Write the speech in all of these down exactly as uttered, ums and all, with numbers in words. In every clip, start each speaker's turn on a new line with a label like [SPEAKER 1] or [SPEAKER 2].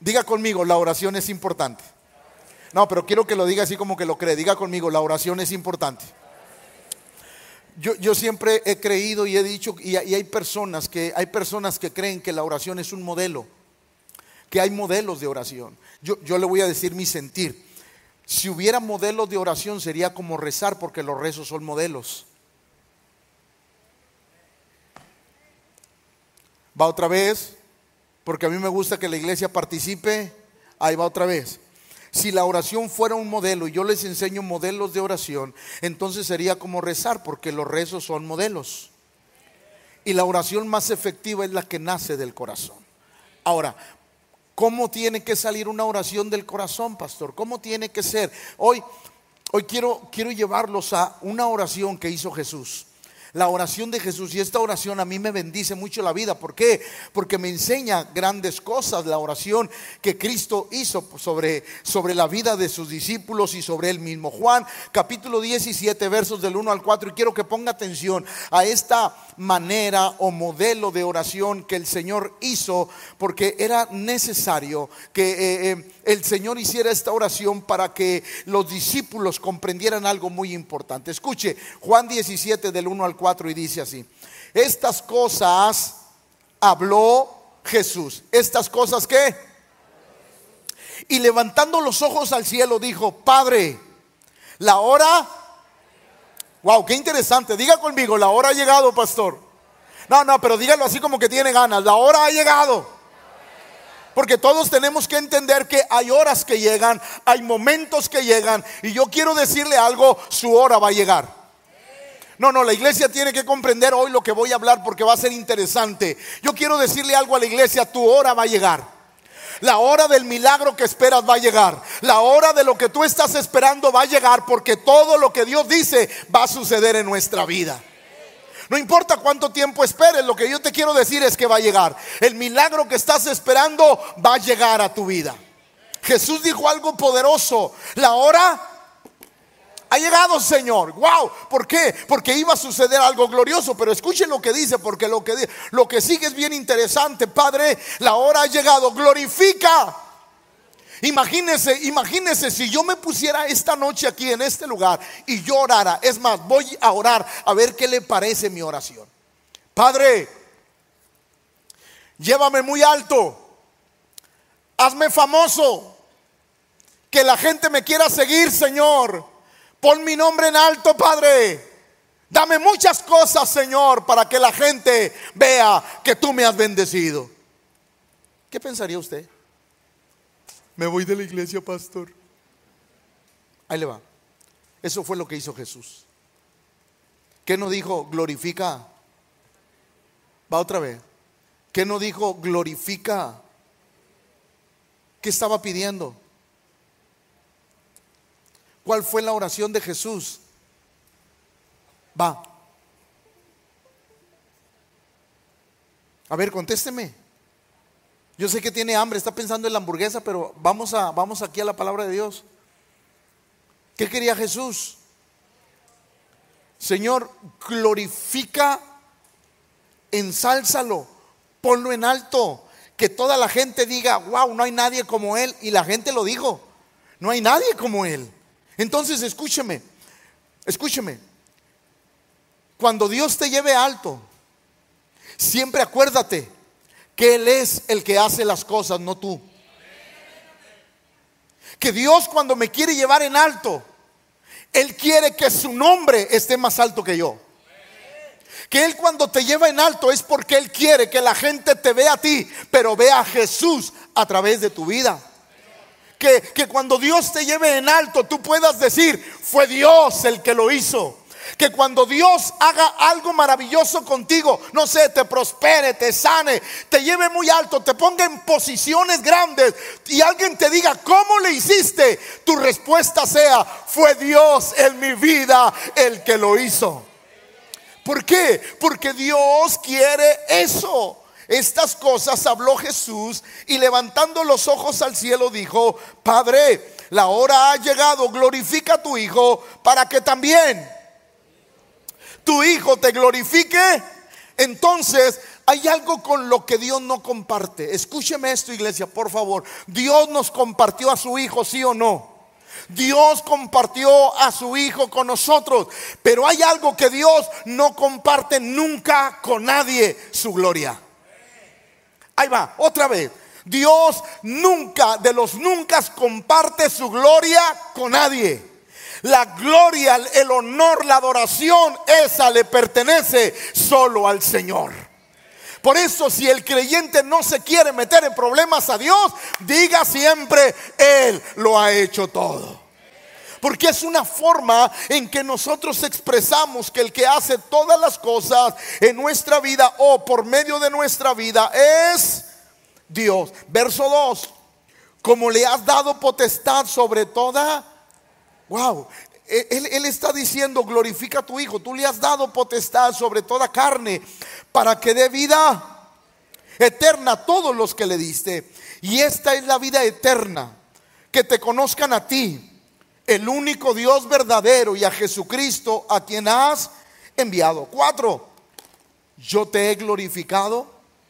[SPEAKER 1] Diga conmigo, la oración es importante. No, pero quiero que lo diga así como que lo cree. Diga conmigo, la oración es importante. Yo, yo siempre he creído y he dicho, y, y hay personas que hay personas que creen que la oración es un modelo, que hay modelos de oración. Yo, yo le voy a decir mi sentir. Si hubiera modelos de oración sería como rezar, porque los rezos son modelos. Va otra vez, porque a mí me gusta que la iglesia participe. Ahí va otra vez. Si la oración fuera un modelo y yo les enseño modelos de oración, entonces sería como rezar, porque los rezos son modelos. Y la oración más efectiva es la que nace del corazón. Ahora, ¿cómo tiene que salir una oración del corazón, pastor? ¿Cómo tiene que ser? Hoy, hoy quiero, quiero llevarlos a una oración que hizo Jesús. La oración de Jesús, y esta oración a mí me bendice mucho la vida. ¿Por qué? Porque me enseña grandes cosas. La oración que Cristo hizo sobre, sobre la vida de sus discípulos y sobre él mismo. Juan capítulo diecisiete, versos del uno al cuatro. Y quiero que ponga atención a esta manera o modelo de oración que el Señor hizo, porque era necesario que eh, eh, el Señor hiciera esta oración para que los discípulos comprendieran algo muy importante. Escuche, Juan diecisiete del uno al cuatro, y dice así: estas cosas habló Jesús. ¿Estas cosas qué? Y levantando los ojos al cielo dijo: Padre, la hora... Wow, qué interesante. Diga conmigo, la hora ha llegado, pastor. No, no, pero dígalo así como que tiene ganas. La hora ha llegado. Porque todos tenemos que entender que hay horas que llegan, hay momentos que llegan. Y yo quiero decirle algo: su hora va a llegar. No, no, la iglesia tiene que comprender hoy lo que voy a hablar, porque va a ser interesante. Yo quiero decirle algo a la iglesia: tu hora va a llegar. La hora del milagro que esperas va a llegar. La hora de lo que tú estás esperando va a llegar, porque todo lo que Dios dice va a suceder en nuestra vida. No importa cuánto tiempo esperes, lo que yo te quiero decir es que va a llegar. El milagro que estás esperando va a llegar a tu vida. Jesús dijo algo poderoso: la hora ha llegado, Señor. Wow, ¿por qué? Porque iba a suceder algo glorioso. Pero escuchen lo que dice, porque lo que, lo que sigue es bien interesante. Padre, la hora ha llegado, glorifica. Imagínese, imagínese si yo me pusiera esta noche aquí en este lugar y yo orara. Es más, voy a orar a ver qué le parece mi oración. Padre, llévame muy alto, hazme famoso, que la gente me quiera seguir, Señor. Pon mi nombre en alto, Padre. Dame muchas cosas, Señor, para que la gente vea que tú me has bendecido. ¿Qué pensaría usted? Me voy de la iglesia, pastor. Ahí le va. Eso fue lo que hizo Jesús. ¿Qué no dijo? Glorifica. Va otra vez. ¿Qué no dijo? Glorifica. ¿Qué estaba pidiendo? ¿Cuál fue la oración de Jesús? Va. A ver, contésteme. Yo sé que tiene hambre, está pensando en la hamburguesa, pero vamos a, vamos aquí a la palabra de Dios. ¿Qué quería Jesús? Señor, glorifica, ensálzalo, ponlo en alto, que toda la gente diga: wow, no hay nadie como él. Y la gente lo dijo: no hay nadie como él. Entonces escúcheme, escúcheme. Cuando Dios te lleve alto, siempre acuérdate que Él es el que hace las cosas, no tú. Que Dios, cuando me quiere llevar en alto, Él quiere que su nombre esté más alto que yo. Que Él, cuando te lleva en alto, es porque Él quiere que la gente te vea a ti, pero vea a Jesús a través de tu vida. Que, que cuando Dios te lleve en alto, tú puedas decir: fue Dios el que lo hizo. Que cuando Dios haga algo maravilloso contigo, no sé, te prospere, te sane, te lleve muy alto, te ponga en posiciones grandes, y alguien te diga: ¿cómo le hiciste? Tu respuesta sea: fue Dios en mi vida el que lo hizo. ¿Por qué? Porque Dios quiere eso. Estas cosas habló Jesús, y levantando los ojos al cielo dijo: Padre, la hora ha llegado, glorifica a tu Hijo, para que también tu Hijo te glorifique. Entonces hay algo con lo que Dios no comparte. Escúcheme esto, iglesia, por favor. Dios nos compartió a su Hijo, ¿sí o no? Dios compartió a su Hijo con nosotros, pero hay algo que Dios no comparte nunca con nadie: su gloria. Ahí va, otra vez. Dios nunca, de los nunca, comparte su gloria con nadie. La gloria, el honor, la adoración, esa le pertenece solo al Señor. Por eso, si el creyente no se quiere meter en problemas a Dios, diga siempre: Él lo ha hecho todo. Porque es una forma en que nosotros expresamos que el que hace todas las cosas en nuestra vida o por medio de nuestra vida es Dios. Verso dos: como le has dado potestad sobre toda. Wow, él, él está diciendo: glorifica a tu Hijo. Tú le has dado potestad sobre toda carne, para que dé vida eterna a todos los que le diste. Y esta es la vida eterna: que te conozcan a ti, el único Dios verdadero, y a Jesucristo, a quien has enviado. Cuatro: yo te he glorificado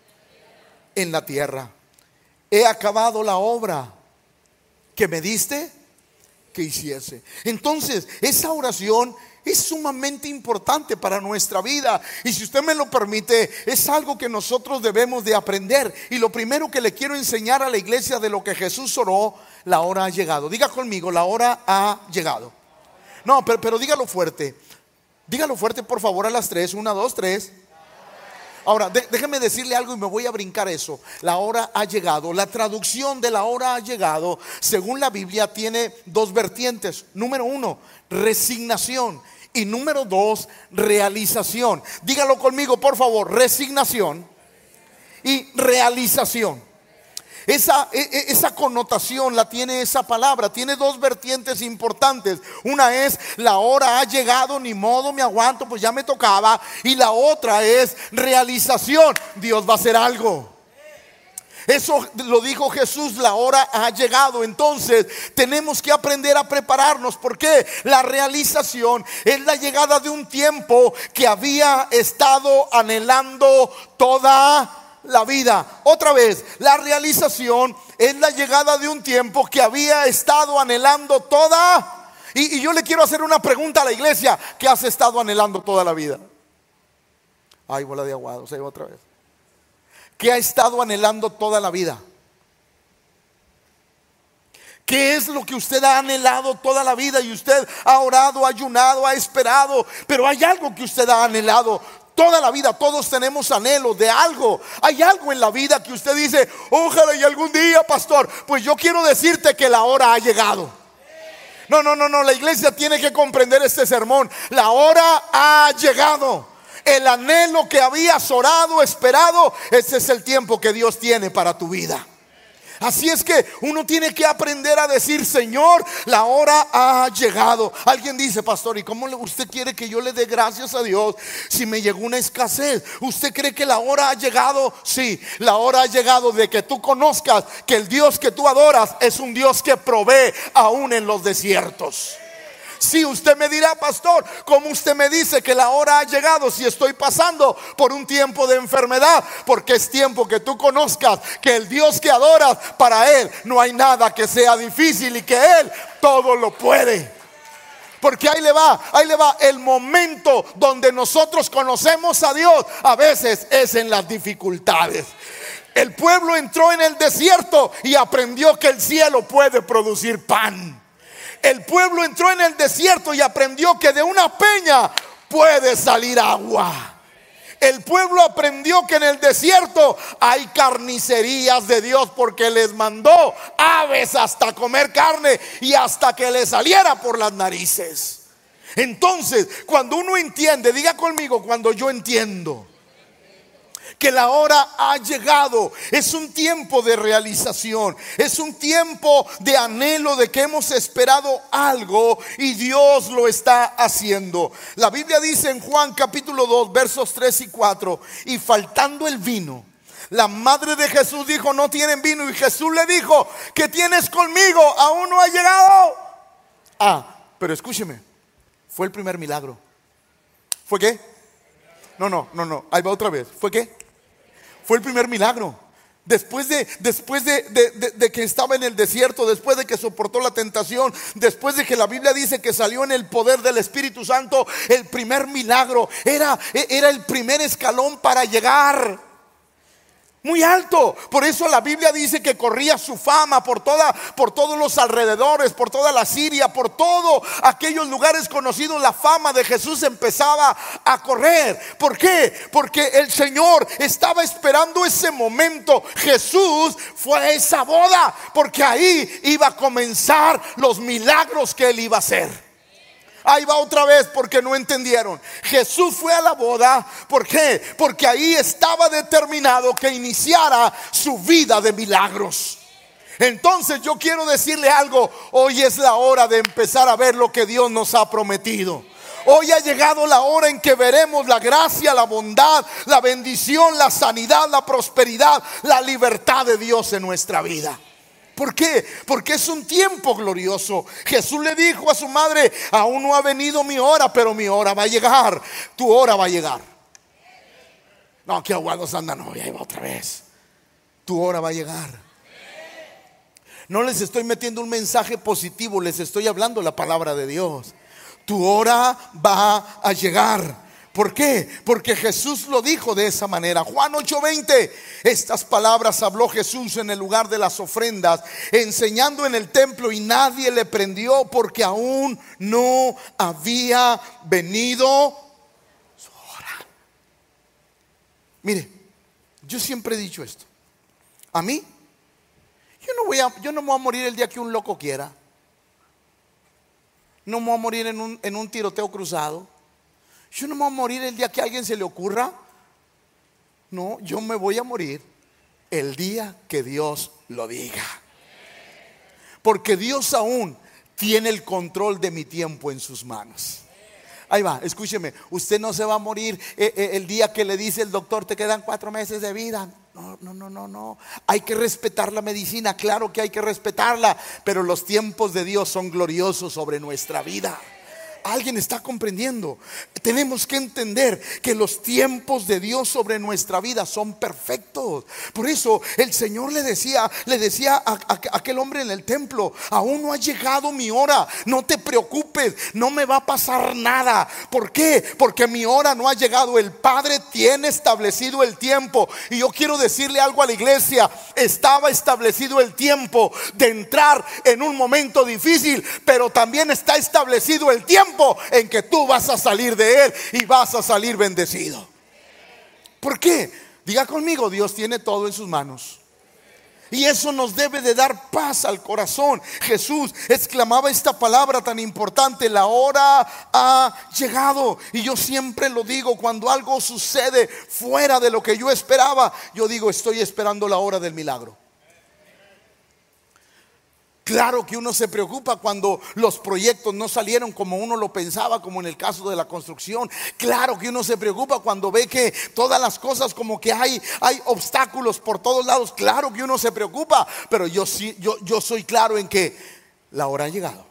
[SPEAKER 1] en la tierra. He acabado la obra que me diste que hiciese. Entonces, esa oración es sumamente importante para nuestra vida, y si usted me lo permite, es algo que nosotros debemos de aprender. Y lo primero que le quiero enseñar a la iglesia de lo que Jesús oró: la hora ha llegado. Diga conmigo: la hora ha llegado. No, pero, pero dígalo fuerte. Dígalo fuerte, por favor, a las tres. Una, dos, tres. Ahora, de, déjeme decirle algo y me voy a brincar eso. La hora ha llegado. La traducción de la hora ha llegado, según la Biblia, tiene dos vertientes. Número uno, resignación. Y número dos, realización. Dígalo conmigo, por favor: resignación y realización. Esa, esa connotación la tiene esa palabra. Tiene dos vertientes importantes. Una es: la hora ha llegado, ni modo, me aguanto, pues ya me tocaba. Y la otra es realización: Dios va a hacer algo. Eso lo dijo Jesús: la hora ha llegado. Entonces tenemos que aprender a prepararnos, porque la realización es la llegada de un tiempo que había estado anhelando toda la vida. Otra vez, la realización es la llegada de un tiempo que había estado anhelando toda. Y, y yo le quiero hacer una pregunta a la iglesia: ¿qué has estado anhelando toda la vida? Ay, bola de aguados, ahí va otra vez. ¿Qué ha estado anhelando toda la vida? ¿Qué es lo que usted ha anhelado toda la vida? Y usted ha orado, ha ayunado, ha esperado, pero hay algo que usted ha anhelado toda la vida. Todos tenemos anhelos de algo. Hay algo en la vida que usted dice: ojalá y algún día, pastor. Pues yo quiero decirte que la hora ha llegado. No, no, no, no. La iglesia tiene que comprender este sermón. La hora ha llegado. El anhelo que habías orado, esperado, ese es el tiempo que Dios tiene para tu vida. Así es que uno tiene que aprender a decir: Señor, la hora ha llegado. Alguien dice: pastor, ¿y cómo usted quiere que yo le dé gracias a Dios si me llegó una escasez? ¿Usted cree que la hora ha llegado? Sí, la hora ha llegado de que tú conozcas que el Dios que tú adoras es un Dios que provee aún en los desiertos. Sí, usted me dirá: pastor, ¿cómo usted me dice que la hora ha llegado si estoy pasando por un tiempo de enfermedad? Porque es tiempo que tú conozcas que el Dios que adoras, para Él no hay nada que sea difícil, y que Él todo lo puede. Porque ahí le va, ahí le va. El momento donde nosotros conocemos a Dios a veces es en las dificultades. El pueblo entró en el desierto y aprendió que el cielo puede producir pan. El pueblo entró en el desierto y aprendió que de una peña puede salir agua. El pueblo aprendió que en el desierto hay carnicerías de Dios, porque les mandó aves hasta comer carne y hasta que le saliera por las narices. Entonces, cuando uno entiende, diga conmigo: cuando yo entiendo que la hora ha llegado, es un tiempo de realización, es un tiempo de anhelo, de que hemos esperado algo y Dios lo está haciendo. La Biblia dice en Juan capítulo dos, versos tres y cuatro: y faltando el vino, la madre de Jesús dijo: no tienen vino. Y Jesús le dijo: ¿qué tienes conmigo? Aún no ha llegado. Ah, pero escúcheme, fue el primer milagro. ¿Fue qué? No, no, no, no, ahí va otra vez. ¿Fue qué? Fue el primer milagro. Después de, después de, de, de, de que estaba en el desierto, después de que soportó la tentación, después de que la Biblia dice que salió en el poder del Espíritu Santo, el primer milagro era, era el primer escalón para llegar muy alto. Por eso la Biblia dice que corría su fama por toda, por todos los alrededores, por toda la Siria, por todos aquellos lugares conocidos. La fama de Jesús empezaba a correr. ¿Por qué? Porque el Señor estaba esperando ese momento. Jesús fue a esa boda porque ahí iba a comenzar los milagros que Él iba a hacer. Ahí va otra vez porque no entendieron. Jesús fue a la boda. ¿Por qué? Porque ahí estaba determinado que iniciara su vida de milagros. Entonces yo quiero decirle algo. Hoy es la hora de empezar a ver lo que Dios nos ha prometido. Hoy ha llegado la hora en que veremos la gracia, la bondad, la bendición, la sanidad, la prosperidad, la libertad de Dios en nuestra vida. ¿Por qué? Porque es un tiempo glorioso. Jesús le dijo a su madre: aún no ha venido mi hora, pero mi hora va a llegar. Tu hora va a llegar. No, qué aguados andan hoy. Ahí va otra vez. Tu hora va a llegar. No les estoy metiendo un mensaje positivo, les estoy hablando la palabra de Dios. Tu hora va a llegar. ¿Por qué? Porque Jesús lo dijo de esa manera. Juan ocho veinte. Estas palabras habló Jesús en el lugar de las ofrendas, enseñando en el templo, y nadie le prendió porque aún no había venido su hora. Mire, yo siempre he dicho esto. A mí, yo no voy a, yo no me voy a morir el día que un loco quiera. No me voy a morir en un, en un tiroteo cruzado. Yo no me voy a morir el día que a alguien se le ocurra. No, yo me voy a morir el día que Dios lo diga. Porque Dios aún tiene el control de mi tiempo en sus manos. Ahí va, escúcheme. Usted no se va a morir eh, eh, el día que le dice el doctor: te quedan cuatro meses de vida. No, no, no, no, no. Hay que respetar la medicina, claro que hay que respetarla, pero los tiempos de Dios son gloriosos sobre nuestra vida. ¿Alguien está comprendiendo? Tenemos que entender que los tiempos de Dios sobre nuestra vida son perfectos. Por eso el Señor le decía, le decía a, a, a aquel hombre en el templo: aún no ha llegado mi hora, no te preocupes, no me va a pasar nada. ¿Por qué? Porque mi hora no ha llegado. El Padre tiene establecido el tiempo. Y yo quiero decirle algo a la iglesia: estaba establecido el tiempo de entrar en un momento difícil, pero también está establecido el tiempo en que tú vas a salir de él y vas a salir bendecido. ¿Por qué? Diga conmigo: Dios tiene todo en sus manos. Y eso nos debe de dar paz al corazón. Jesús exclamaba esta palabra tan importante: la hora ha llegado. Y yo siempre lo digo, cuando algo sucede fuera de lo que yo esperaba, yo digo: estoy esperando la hora del milagro. Claro que uno se preocupa cuando los proyectos no salieron como uno lo pensaba, como en el caso de la construcción. Claro que uno se preocupa cuando ve que todas las cosas como que hay, hay obstáculos por todos lados. Claro que uno se preocupa, pero yo, sí, yo, yo soy claro en que la hora ha llegado.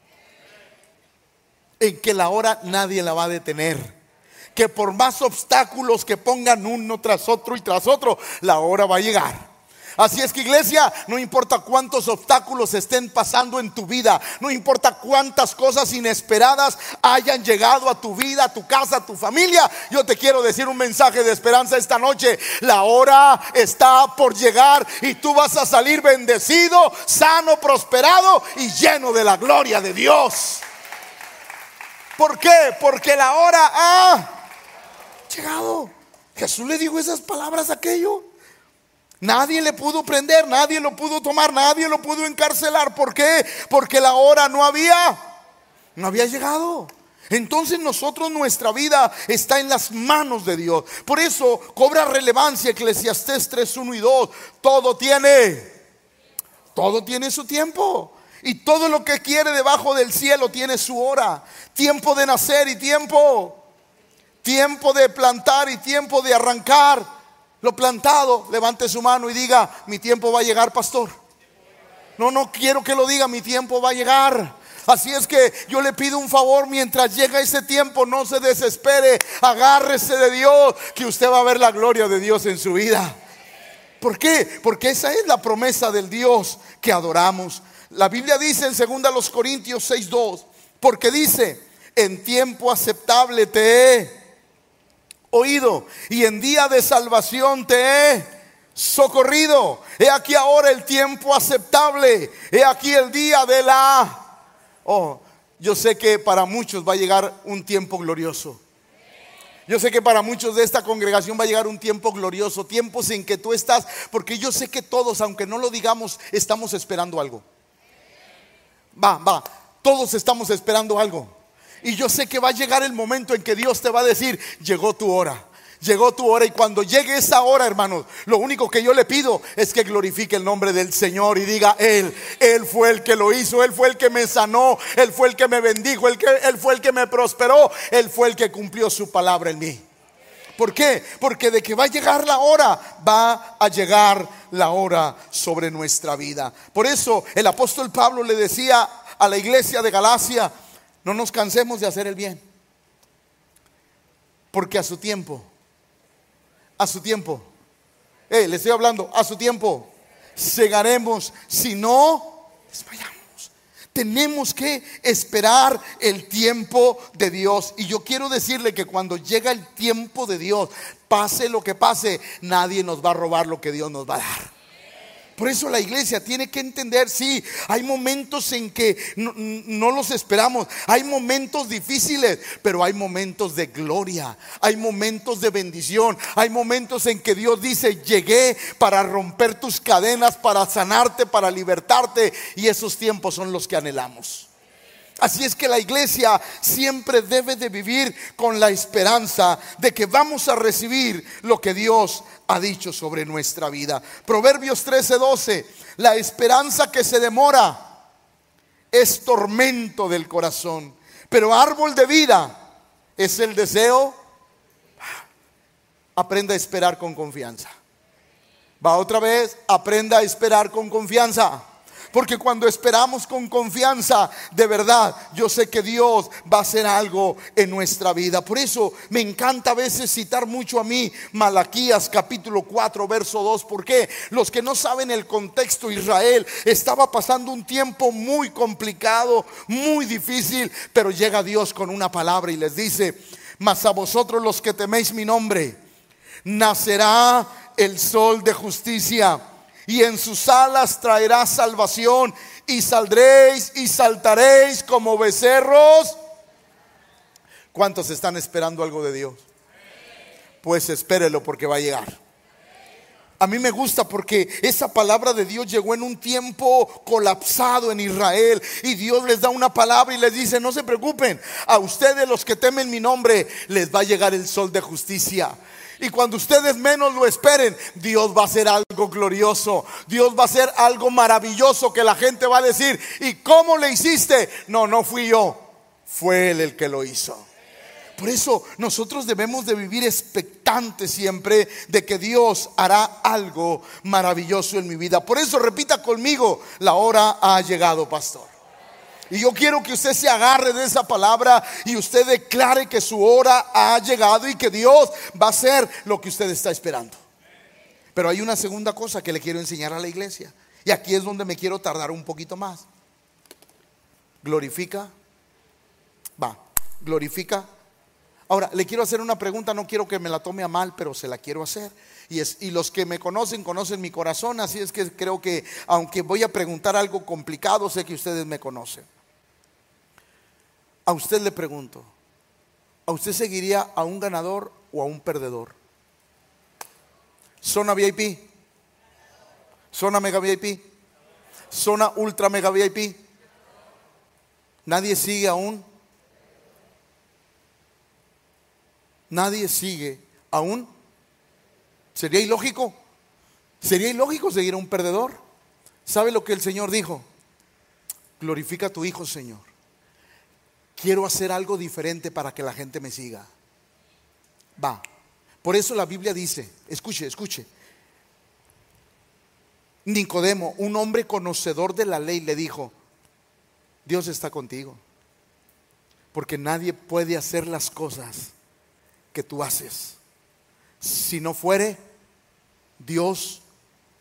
[SPEAKER 1] En que la hora nadie la va a detener. Que por más obstáculos que pongan uno tras otro y tras otro, la hora va a llegar. Así es que, iglesia, no importa cuántos obstáculos estén pasando en tu vida, no importa cuántas cosas inesperadas hayan llegado a tu vida, a tu casa, a tu familia, yo te quiero decir un mensaje de esperanza esta noche: la hora está por llegar y tú vas a salir bendecido, sano, prosperado y lleno de la gloria de Dios. ¿Por qué? Porque la hora ha llegado. Jesús le dijo esas palabras a aquello. Nadie le pudo prender, nadie lo pudo tomar, nadie lo pudo encarcelar. ¿Por qué? Porque la hora no había, no había llegado. Entonces nosotros, nuestra vida está en las manos de Dios. Por eso cobra relevancia Eclesiastés tres, uno y dos. Todo tiene, todo tiene su tiempo. Y todo lo que quiere debajo del cielo tiene su hora. Tiempo de nacer y tiempo, tiempo de plantar y tiempo de arrancar. Lo plantado, levante su mano y diga: mi tiempo va a llegar, pastor. No, no quiero que lo diga: mi tiempo va a llegar. Así es que yo le pido un favor: mientras llega ese tiempo, no se desespere, agárrese de Dios, que usted va a ver la gloria de Dios en su vida. ¿Por qué? Porque esa es la promesa del Dios que adoramos. La Biblia dice en segunda los Corintios seis dos, porque dice: en tiempo aceptable te he oído y en día de salvación te he socorrido. He aquí ahora el tiempo aceptable, he aquí el día de la... Oh, yo sé que para muchos va a llegar un tiempo glorioso. Yo sé que para muchos de esta congregación va a llegar un tiempo glorioso, tiempos en que tú estás, porque yo sé que todos, aunque no lo digamos, estamos esperando algo. Va, va, todos estamos esperando algo. Y yo sé que va a llegar el momento en que Dios te va a decir: llegó tu hora. Llegó tu hora. Y cuando llegue esa hora, hermanos, lo único que yo le pido es que glorifique el nombre del Señor y diga: Él, Él fue el que lo hizo, Él fue el que me sanó, Él fue el que me bendijo, Él, que, Él fue el que me prosperó, Él fue el que cumplió su palabra en mí. ¿Por qué? Porque de que va a llegar la hora, va a llegar la hora sobre nuestra vida. Por eso el apóstol Pablo le decía a la iglesia de Galacia: no nos cansemos de hacer el bien, porque a su tiempo, a su tiempo, eh, le estoy hablando, a su tiempo segaremos si no desmayamos. Tenemos que esperar el tiempo de Dios. Y yo quiero decirle que cuando llega el tiempo de Dios, pase lo que pase, nadie nos va a robar lo que Dios nos va a dar. Por eso la iglesia tiene que entender, sí, hay momentos en que no, no los esperamos, hay momentos difíciles, pero hay momentos de gloria, hay momentos de bendición, hay momentos en que Dios dice: llegué para romper tus cadenas, para sanarte, para libertarte, y esos tiempos son los que anhelamos. Así es que la iglesia siempre debe de vivir con la esperanza de que vamos a recibir lo que Dios ha dicho sobre nuestra vida. Proverbios trece doce: la esperanza que se demora es tormento del corazón, pero árbol de vida es el deseo. Aprenda a esperar con confianza. Va otra vez, aprenda a esperar con confianza. Porque cuando esperamos con confianza, de verdad, yo sé que Dios va a hacer algo en nuestra vida. Por eso me encanta a veces citar mucho a mí Malaquías capítulo cuatro verso dos. Porque los que no saben el contexto, Israel estaba pasando un tiempo muy complicado, muy difícil, pero llega Dios con una palabra y les dice: mas a vosotros los que teméis mi nombre, nacerá el sol de justicia, y en sus alas traerá salvación, y saldréis y saltaréis como becerros. ¿Cuántos están esperando algo de Dios? Pues espérelo, porque va a llegar. A mí me gusta porque esa palabra de Dios llegó en un tiempo colapsado en Israel, y Dios les da una palabra y les dice: no se preocupen, a ustedes los que temen mi nombre les va a llegar el sol de justicia. Y cuando ustedes menos lo esperen, Dios va a hacer algo glorioso. Dios va a hacer algo maravilloso que la gente va a decir: ¿y cómo le hiciste? No, no fui yo, fue Él el que lo hizo. Por eso nosotros debemos de vivir expectantes siempre de que Dios hará algo maravilloso en mi vida. Por eso repita conmigo: la hora ha llegado, pastor. Y yo quiero que usted se agarre de esa palabra y usted declare que su hora ha llegado y que Dios va a hacer lo que usted está esperando. Pero hay una segunda cosa que le quiero enseñar a la iglesia, y aquí es donde me quiero tardar un poquito más. Glorifica. Va, glorifica. Ahora, le quiero hacer una pregunta, no quiero que me la tome a mal, pero se la quiero hacer. Y, es, y los que me conocen, conocen mi corazón, así es que creo que aunque voy a preguntar algo complicado, sé que ustedes me conocen. A usted le pregunto: ¿a usted seguiría a un ganador o a un perdedor? ¿Zona V I P? ¿Zona mega V I P? ¿Zona ultra mega V I P? ¿Nadie sigue a un? Nadie sigue a un. ¿Sería ilógico? ¿Sería ilógico seguir a un perdedor? ¿Sabe lo que el Señor dijo? Glorifica a tu Hijo, Señor. Quiero hacer algo diferente para que la gente me siga. Va. Por eso la Biblia dice, escuche, escuche. Nicodemo, un hombre conocedor de la ley, le dijo: Dios está contigo, porque nadie puede hacer las cosas que tú haces si no fuere Dios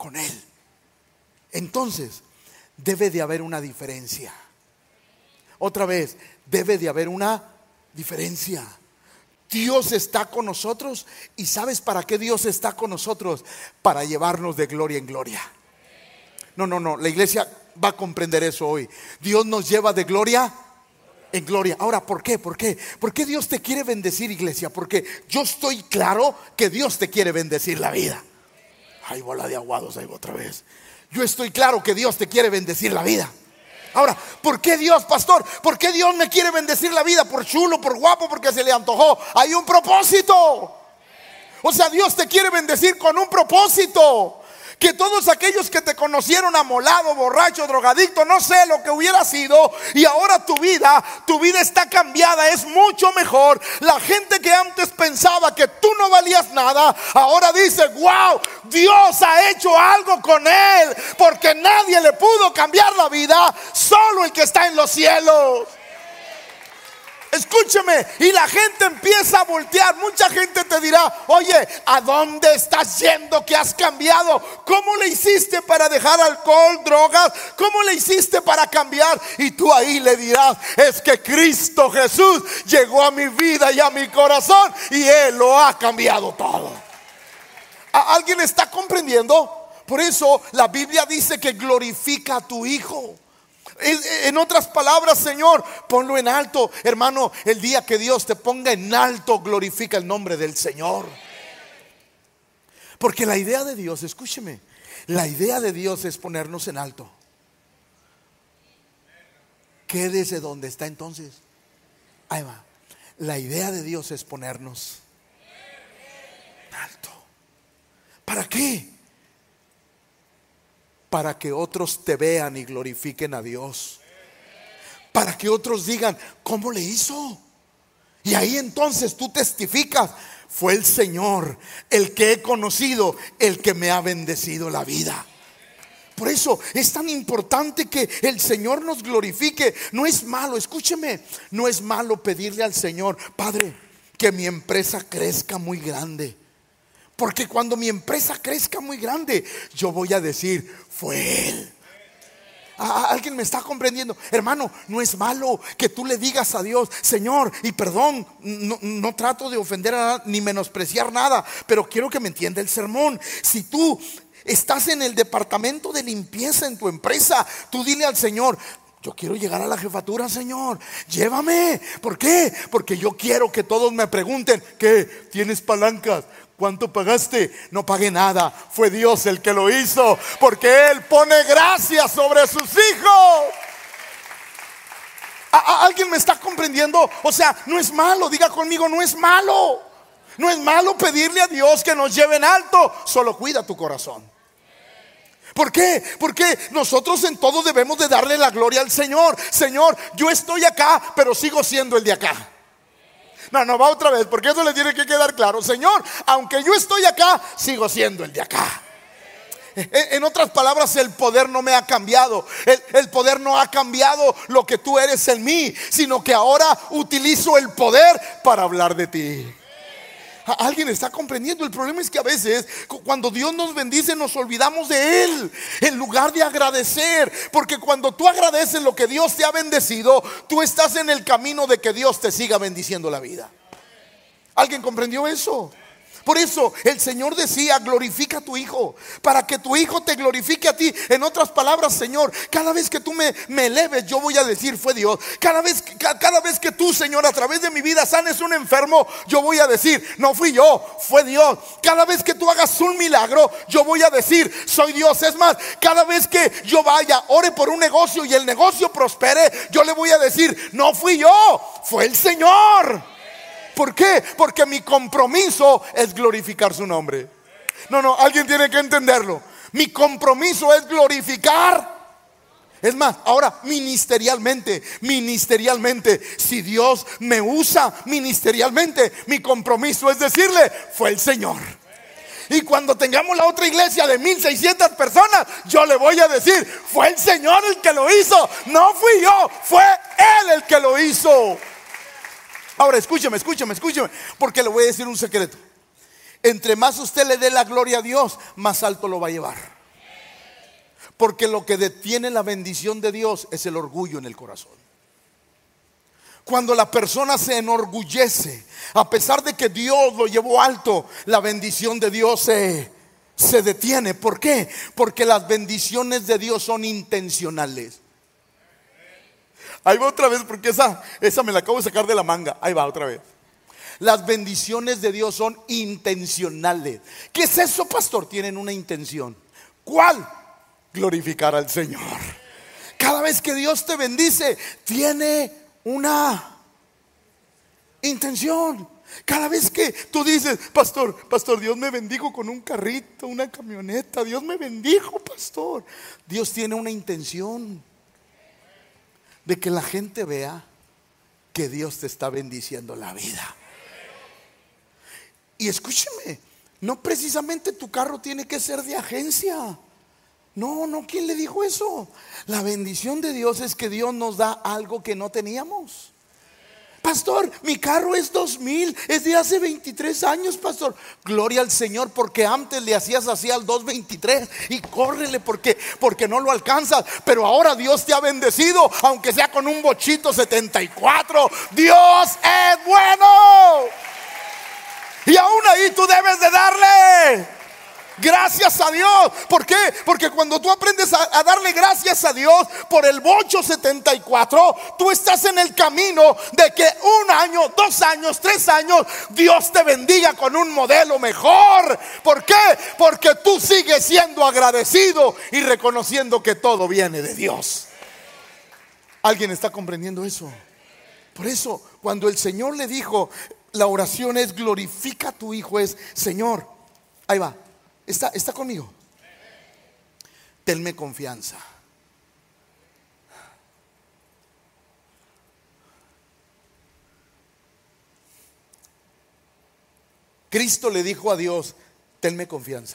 [SPEAKER 1] con Él. Entonces, debe de haber una diferencia. Otra vez, debe de haber una diferencia. Dios está con nosotros. ¿Y sabes para qué Dios está con nosotros? Para llevarnos de gloria en gloria. No, no, no, la iglesia va a comprender eso hoy. Dios nos lleva de gloria en gloria. Ahora, ¿por qué? ¿Por qué? ¿Por qué Dios te quiere bendecir, iglesia? Porque yo estoy claro que Dios te quiere bendecir la vida. Ay, bola de aguados, ahí va otra vez. Yo estoy claro que Dios te quiere bendecir la vida. Ahora, ¿por qué Dios, pastor? ¿Por qué Dios me quiere bendecir la vida? ¿Por chulo, por guapo, porque se le antojó? Hay un propósito. O sea, Dios te quiere bendecir con un propósito. Que todos aquellos que te conocieron amolado, borracho, drogadicto, no sé lo que hubiera sido, y ahora tu vida, tu vida está cambiada, es mucho mejor. La gente que antes pensaba que tú no valías nada, ahora dice: wow, Dios ha hecho algo con él, porque nadie le pudo cambiar la vida, solo el que está en los cielos. Escúcheme, y la gente empieza a voltear. Mucha gente te dirá: oye, ¿a dónde estás yendo que has cambiado? ¿Cómo le hiciste para dejar alcohol, drogas? ¿Cómo le hiciste para cambiar? Y tú ahí le dirás: es que Cristo Jesús llegó a mi vida y a mi corazón, y Él lo ha cambiado todo. ¿A ¿Alguien está comprendiendo? Por eso la Biblia dice que glorifica a tu Hijo. En otras palabras, Señor, ponlo en alto. Hermano, el día que Dios te ponga en alto, glorifica el nombre del Señor. Porque la idea de Dios, escúcheme, la idea de Dios es ponernos en alto. Quédese donde está entonces. Ahí va. La idea de Dios es ponernos en alto. ¿Para qué? Para que otros te vean y glorifiquen a Dios. Para que otros digan: ¿cómo le hizo? Y ahí entonces tú testificas: fue el Señor el que he conocido, el que me ha bendecido la vida. Por eso es tan importante que el Señor nos glorifique. No es malo, escúcheme, no es malo pedirle al Señor: Padre, que mi empresa crezca muy grande. Porque cuando mi empresa crezca muy grande, yo voy a decir: fue Él. ¿Alguien me está comprendiendo? Hermano, no es malo que tú le digas a Dios: Señor, y perdón, no, no trato de ofender a nada, ni menospreciar nada, pero quiero que me entienda el sermón. Si tú estás en el departamento de limpieza en tu empresa, tú dile al Señor: yo quiero llegar a la jefatura, Señor, llévame. ¿Por qué? Porque yo quiero que todos me pregunten: ¿qué? ¿Tienes palancas? ¿Cuánto pagaste? No pagué nada, fue Dios el que lo hizo, porque Él pone gracia sobre sus hijos. ¿A, a, ¿Alguien me está comprendiendo? O sea, no es malo, diga conmigo: no es malo. No es malo pedirle a Dios que nos lleve en alto, solo cuida tu corazón. ¿Por qué? Porque nosotros en todo debemos de darle la gloria al Señor. Señor, yo estoy acá, pero sigo siendo el de acá. No, no, va otra vez, porque eso le tiene que quedar claro. Señor, aunque yo estoy acá, sigo siendo el de acá. En otras palabras, el poder no me ha cambiado. El, el poder no ha cambiado lo que tú eres en mí, sino que ahora utilizo el poder para hablar de ti. ¿Alguien está comprendiendo? El problema es que a veces cuando Dios nos bendice nos olvidamos de Él, en lugar de agradecer. Porque cuando tú agradeces lo que Dios te ha bendecido, tú estás en el camino de que Dios te siga bendiciendo la vida. ¿Alguien comprendió eso? Por eso el Señor decía: glorifica a tu Hijo, para que tu Hijo te glorifique a ti. En otras palabras, Señor, cada vez que tú me, me eleves, yo voy a decir: fue Dios. Cada vez, cada vez que tú, Señor, a través de mi vida sanes un enfermo, yo voy a decir: no fui yo, fue Dios. Cada vez que tú hagas un milagro, yo voy a decir: soy Dios. Es más, cada vez que yo vaya, ore por un negocio y el negocio prospere, yo le voy a decir: no fui yo, fue el Señor. ¿Por qué? Porque mi compromiso es glorificar su nombre. No, no, alguien tiene que entenderlo. Mi compromiso es glorificar. Es más, ahora ministerialmente, ministerialmente, si Dios me usa ministerialmente, mi compromiso es decirle: fue el Señor. Y cuando tengamos la otra iglesia de mil seiscientas personas, yo le voy a decir: fue el Señor el que lo hizo, no fui yo, fue Él el que lo hizo. Ahora escúcheme, escúcheme, escúcheme, porque le voy a decir un secreto. Entre más usted le dé la gloria a Dios, más alto lo va a llevar. Porque lo que detiene la bendición de Dios es el orgullo en el corazón. Cuando la persona se enorgullece, a pesar de que Dios lo llevó alto, la bendición de Dios se, se detiene. ¿Por qué? Porque las bendiciones de Dios son intencionales. Ahí va otra vez, porque esa, esa me la acabo de sacar de la manga. Ahí va otra vez. Las bendiciones de Dios son intencionales. ¿Qué es eso, pastor? Tienen una intención. ¿Cuál? Glorificar al Señor. Cada vez que Dios te bendice, tiene una intención. Cada vez que tú dices, pastor, pastor, Dios me bendijo con un carrito, una camioneta, Dios me bendijo, pastor. Dios tiene una intención de que la gente vea que Dios te está bendiciendo la vida. Y escúcheme, no precisamente tu carro tiene que ser de agencia. No, no, ¿quién le dijo eso? La bendición de Dios es que Dios nos da algo que no teníamos. Pastor, mi carro es dos mil, es de hace veintitrés años, pastor. Gloria al Señor, porque antes le hacías así al dos veintitrés y córrele porque, porque no lo alcanzas. Pero ahora Dios te ha bendecido, aunque sea con un bochito setenta y cuatro. Dios es bueno. Y aún ahí tú debes de darle gracias a Dios. ¿Por qué? Porque cuando tú aprendes a, a darle gracias a Dios por el bocho setenta y cuatro, tú estás en el camino de que un año, dos años, tres años, Dios te bendiga con un modelo mejor. ¿Por qué? Porque tú sigues siendo agradecido y reconociendo que todo viene de Dios. ¿Alguien está comprendiendo eso? Por eso, cuando el Señor le dijo, la oración es glorifica a tu Hijo, es Señor, ahí va. Está, está conmigo. Tenme confianza. Cristo le dijo a Dios, tenme confianza.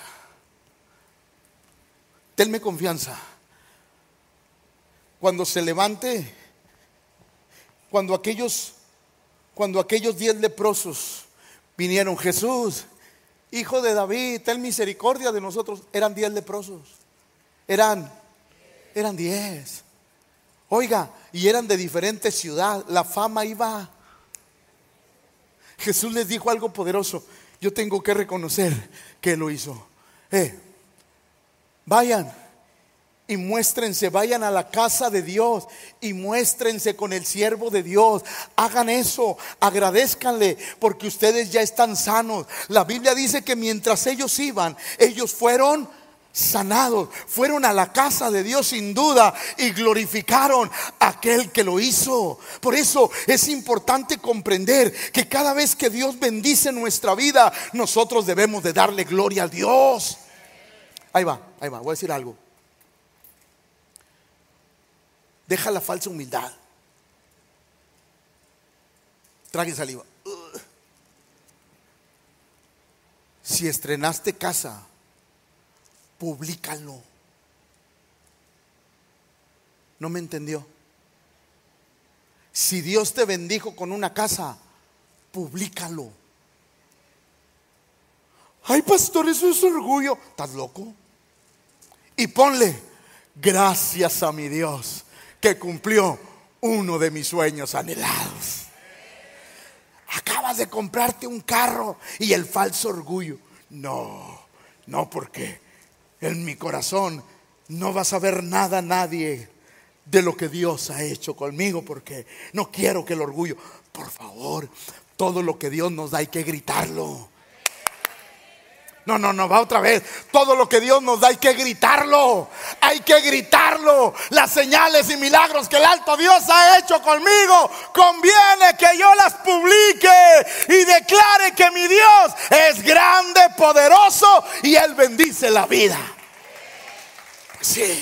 [SPEAKER 1] Tenme confianza. Cuando se levante, cuando aquellos, cuando aquellos diez leprosos vinieron, Jesús, Hijo de David, ten misericordia de nosotros. Eran diez leprosos. Eran, eran diez. Oiga, y eran de diferentes ciudades. La fama iba. Jesús les dijo algo poderoso. Yo tengo que reconocer que lo hizo. Eh, vayan y muéstrense, vayan a la casa de Dios y muéstrense con el siervo de Dios. Hagan eso, agradézcanle porque ustedes ya están sanos. La Biblia dice que mientras ellos iban, ellos fueron sanados, fueron a la casa de Dios sin duda y glorificaron a aquel que lo hizo. Por eso es importante comprender que cada vez que Dios bendice nuestra vida, nosotros debemos de darle gloria a Dios. Ahí va, ahí va, voy a decir algo. Deja la falsa humildad. Trague saliva. Uh. Si estrenaste casa, públicalo. ¿No me entendió? Si Dios te bendijo con una casa, públicalo. Ay, pastor, eso es orgullo. ¿Estás loco? Y ponle, gracias a mi Dios que cumplió uno de mis sueños anhelados. Acabas de comprarte un carro y el falso orgullo. No, no, porque en mi corazón no vas a ver nada, nadie de lo que Dios ha hecho conmigo, porque no quiero que el orgullo. Por favor, todo lo que Dios nos da hay que gritarlo. No, no, no, va otra vez. Todo lo que Dios nos da hay que gritarlo. Hay que gritarlo. Las señales y milagros que el alto Dios ha hecho conmigo, conviene que yo las publique y declare que mi Dios es grande, poderoso y Él bendice la vida. Sí.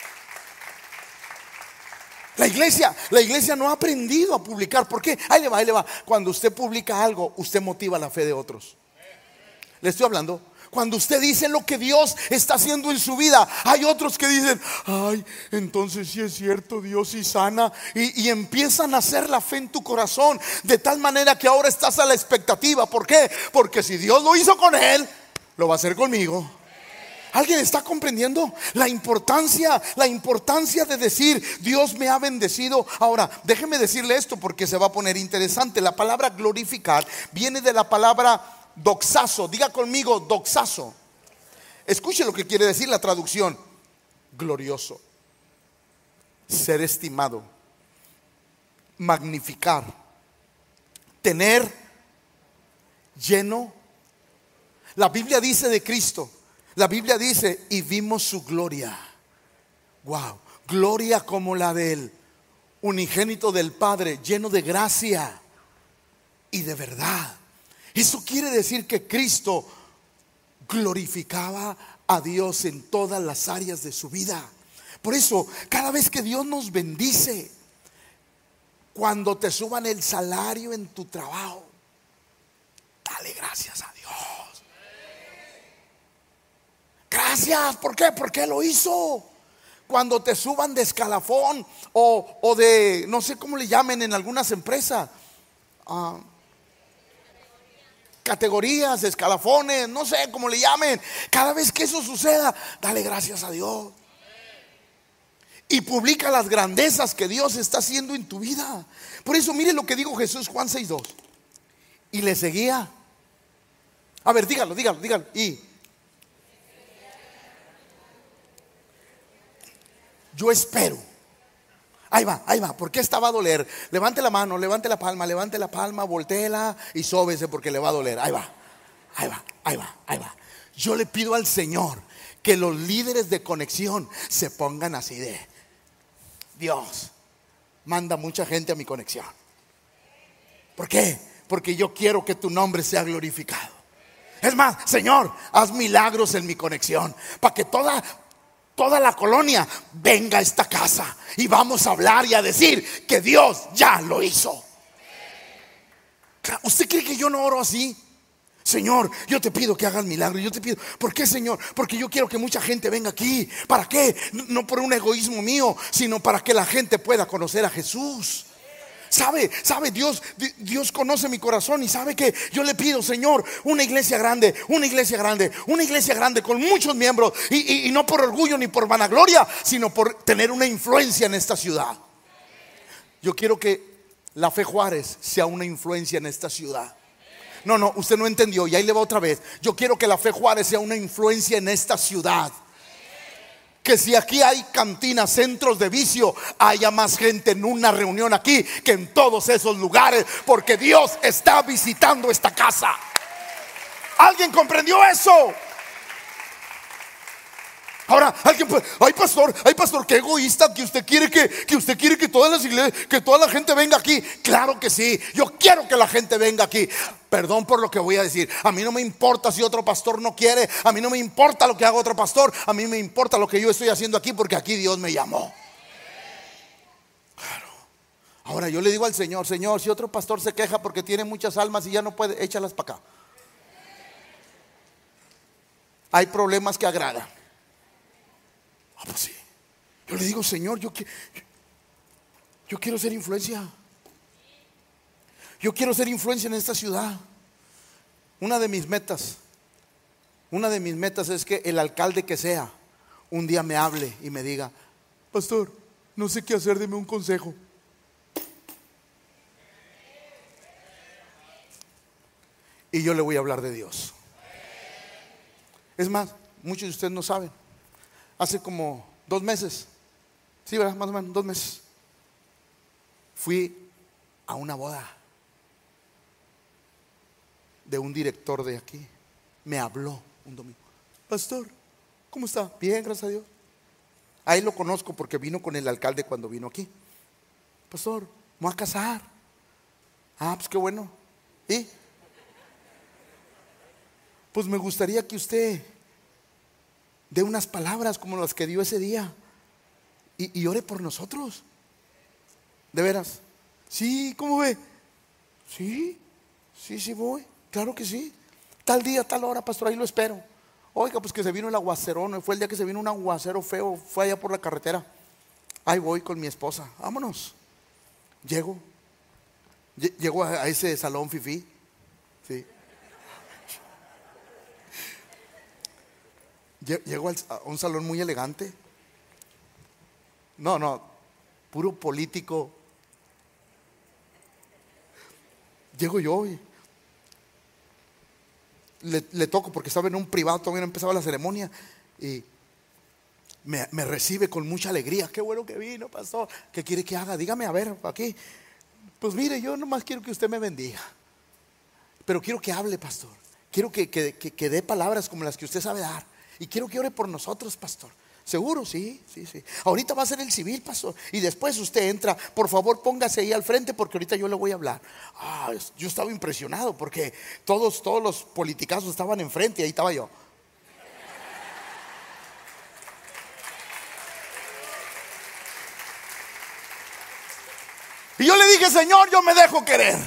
[SPEAKER 1] La iglesia, la iglesia no ha aprendido a publicar. ¿Por qué? Ahí le va, ahí le va. Cuando usted publica algo, usted motiva la fe de otros. Le estoy hablando. Cuando usted dice lo que Dios está haciendo en su vida, hay otros que dicen, ay, entonces sí es cierto, Dios sí sana. Y, y empiezan a hacer la fe en tu corazón, de tal manera que ahora estás a la expectativa. ¿Por qué? Porque si Dios lo hizo con él, lo va a hacer conmigo. ¿Alguien está comprendiendo la importancia, la importancia de decir Dios me ha bendecido? Ahora, déjeme decirle esto porque se va a poner interesante. La palabra glorificar viene de la palabra doxazo. Diga conmigo, doxazo. Escuche lo que quiere decir la traducción: glorioso, ser estimado, magnificar, tener lleno. La Biblia dice de Cristo, la Biblia dice, y vimos su gloria. Wow, gloria como la del unigénito del Padre, lleno de gracia y de verdad. Eso quiere decir que Cristo glorificaba a Dios en todas las áreas de su vida. Por eso, cada vez que Dios nos bendice, cuando te suban el salario en tu trabajo, dale gracias a Dios. Gracias, ¿por qué? Porque lo hizo. Cuando te suban de escalafón o, o de, no sé cómo le llamen en algunas empresas, uh, categorías, escalafones, no sé cómo le llamen. Cada vez que eso suceda, dale gracias a Dios. Y publica las grandezas que Dios está haciendo en tu vida. Por eso mire lo que dijo Jesús, Juan seis dos. Y le seguía. A ver, dígalo, dígalo, dígalo. Y yo espero. Ahí va, ahí va. ¿Por qué esta va a doler? Levante la mano, levante la palma, levante la palma, voltéela y sóbese porque le va a doler. Ahí va, ahí va, ahí va, ahí va. Yo le pido al Señor que los líderes de conexión se pongan así de: Dios, manda mucha gente a mi conexión. ¿Por qué? Porque yo quiero que tu nombre sea glorificado. Es más, Señor, haz milagros en mi conexión para que toda Toda la colonia venga a esta casa y vamos a hablar y a decir que Dios ya lo hizo. ¿Usted cree que yo no oro así? Señor, yo te pido que hagas milagros. Yo te pido, ¿por qué, Señor? Porque yo quiero que mucha gente venga aquí. ¿Para qué? No por un egoísmo mío, sino para que la gente pueda conocer a Jesús. Sabe, sabe Dios, Dios conoce mi corazón y sabe que yo le pido, Señor, una iglesia grande, una iglesia grande, una iglesia grande con muchos miembros y, y, y no por orgullo ni por vanagloria, sino por tener una influencia en esta ciudad. Yo quiero que la Fe Juárez sea una influencia en esta ciudad. No, no, usted no entendió y ahí le va otra vez. Yo quiero que la Fe Juárez sea una influencia en esta ciudad. Que si aquí hay cantinas, centros de vicio, haya más gente en una reunión aquí que en todos esos lugares, porque Dios está visitando esta casa. ¿Alguien comprendió eso? Ahora, alguien puede, ay pastor, ay pastor, qué egoísta que usted quiere que, que usted quiere que todas las iglesias, que toda la gente venga aquí. Claro que sí, yo quiero que la gente venga aquí. Perdón por lo que voy a decir. A mí no me importa si otro pastor no quiere. A mí no me importa lo que haga otro pastor. A mí me importa lo que yo estoy haciendo aquí, porque aquí Dios me llamó. Claro. Ahora yo le digo al Señor: Señor, si otro pastor se queja porque tiene muchas almas y ya no puede, échalas para acá. Hay problemas que agradan. Ah, pues sí. Yo le digo: Señor, yo, yo, yo quiero ser influencia. Yo quiero ser influencia en esta ciudad. Una de mis metas, una de mis metas es que el alcalde que sea, un día me hable y me diga: pastor, no sé qué hacer, deme un consejo. Y yo le voy a hablar de Dios. Es más, muchos de ustedes no saben. Hace como dos meses, sí, ¿verdad? Más o menos, dos meses, fui a una boda de un director de aquí. Me habló un domingo: pastor, ¿cómo está? Bien, gracias a Dios. Ahí lo conozco porque vino con el alcalde cuando vino aquí. Pastor, me voy a casar. Ah, pues qué bueno. ¿Y? Pues me gustaría que usted dé unas palabras como las que dio ese día y, y ore por nosotros. ¿De veras? Sí, ¿cómo ve? Sí, sí, sí voy. Claro que sí. Tal día, tal hora, pastor, ahí lo espero. Oiga, pues que se vino el aguacero, no fue el día que se vino un aguacero feo, fue allá por la carretera. Ahí voy con mi esposa, vámonos. Llego, llego a, a ese salón fifí. Sí. Llego a un salón muy elegante. No, no, puro político. Llego yo y le, le toco porque estaba en un privado, todavía no empezaba la ceremonia. Y me, me recibe con mucha alegría. Qué bueno que vino, pastor. ¿Qué quiere que haga? Dígame, a ver, aquí. Pues mire, yo nomás quiero que usted me bendiga. Pero quiero que hable, pastor. Quiero que, que, que, que dé palabras como las que usted sabe dar. Y quiero que ore por nosotros, pastor. ¿Seguro? Sí, sí, sí. Ahorita va a ser el civil, pastor. Y después usted entra. Por favor, póngase ahí al frente porque ahorita yo le voy a hablar. Ah, yo estaba impresionado porque todos, todos los politicazos estaban enfrente y ahí estaba yo. Y yo le dije, Señor, yo me dejo querer.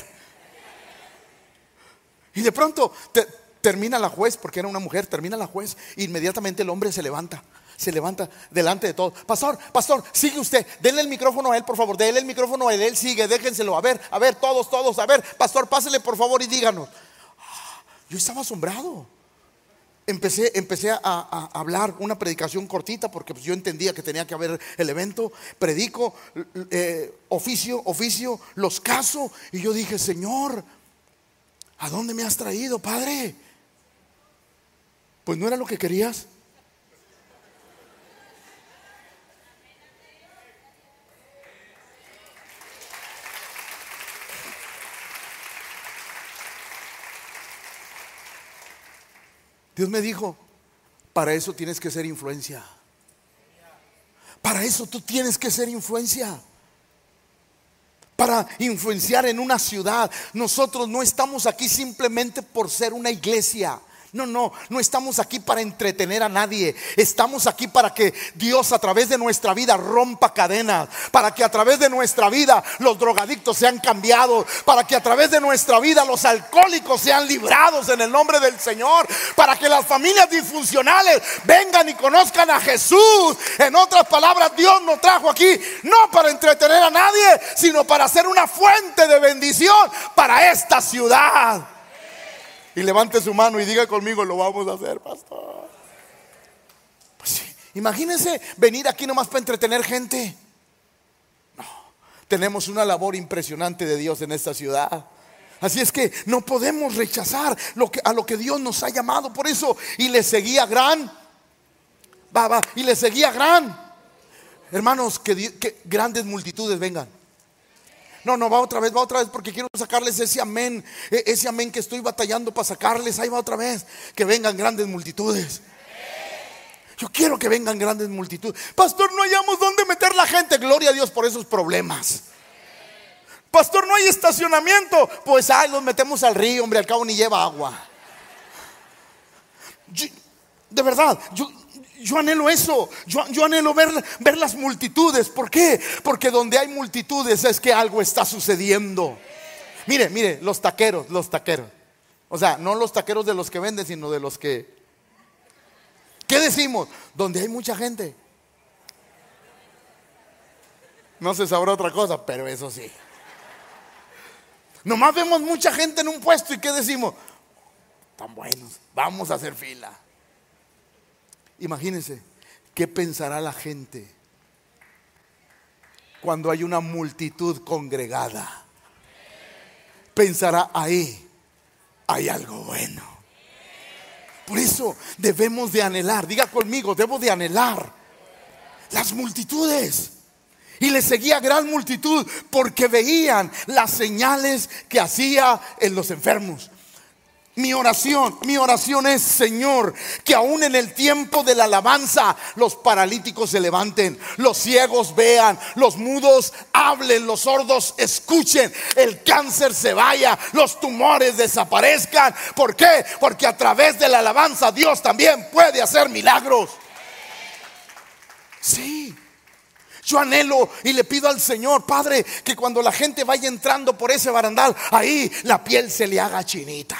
[SPEAKER 1] Y de pronto te, termina la juez, porque era una mujer, termina la juez. E inmediatamente el hombre se levanta. Se levanta delante de todos. Pastor, pastor, sigue usted. Denle el micrófono a él, por favor. Denle el micrófono a él, él sigue, déjenselo. A ver, a ver, todos, todos. A ver, pastor, pásele por favor y díganos. Yo estaba asombrado. Empecé, empecé a, a, a hablar una predicación cortita porque pues yo entendía que tenía que haber el evento. Predico, eh, oficio, oficio, los caso. Y yo dije, Señor, ¿a dónde me has traído, Padre? Pues no era lo que querías. Dios me dijo, para eso tienes que ser influencia. Para eso tú tienes que ser influencia. Para influenciar en una ciudad. Nosotros no estamos aquí simplemente por ser una iglesia. No, no, no estamos aquí para entretener a nadie. Estamos aquí para que Dios a través de nuestra vida rompa cadenas. Para que a través de nuestra vida los drogadictos sean cambiados. Para que a través de nuestra vida los alcohólicos sean librados en el nombre del Señor. Para que las familias disfuncionales vengan y conozcan a Jesús. En otras palabras, Dios nos trajo aquí no para entretener a nadie, sino para ser una fuente de bendición para esta ciudad. Y levante su mano y diga conmigo, lo vamos a hacer, pastor. Pues sí, imagínense venir aquí nomás para entretener gente. No, tenemos una labor impresionante de Dios en esta ciudad. Así es que no podemos rechazar lo que, a lo que Dios nos ha llamado. Por eso, y le seguía gran, va, va, y le seguía gran. Hermanos, que, que grandes multitudes vengan. No, no, va otra vez, va otra vez porque quiero sacarles ese amén, ese amén que estoy batallando para sacarles. Ahí va otra vez, que vengan grandes multitudes. Yo quiero que vengan grandes multitudes. Pastor, no hallamos dónde meter la gente. Gloria a Dios por esos problemas. Pastor, no hay estacionamiento. Pues ay, los metemos al río, hombre, al cabo ni lleva agua. Yo, de verdad, yo... Yo anhelo eso, yo, yo anhelo ver, ver las multitudes. ¿Por qué? Porque donde hay multitudes es que algo está sucediendo. Mire, mire, los taqueros, los taqueros. O sea, no los taqueros de los que venden, sino de los que... ¿Qué decimos? Donde hay mucha gente. No se sabrá otra cosa, pero eso sí. Nomás vemos mucha gente en un puesto y ¿qué decimos? Tan buenos, vamos a hacer fila. Imagínense, ¿qué pensará la gente cuando hay una multitud congregada? Pensará, ahí hay algo bueno. Por eso debemos de anhelar, diga conmigo, debo de anhelar las multitudes. Y le seguía gran multitud porque veían las señales que hacía en los enfermos. Mi oración, mi oración es, Señor, que aún en el tiempo de la alabanza los paralíticos se levanten, los ciegos vean, los mudos hablen, los sordos escuchen, el cáncer se vaya, los tumores desaparezcan. ¿Por qué? Porque a través de la alabanza Dios también puede hacer milagros. Sí. Yo anhelo y le pido al Señor, Padre, que cuando la gente vaya entrando por ese barandal, ahí la piel se le haga chinita.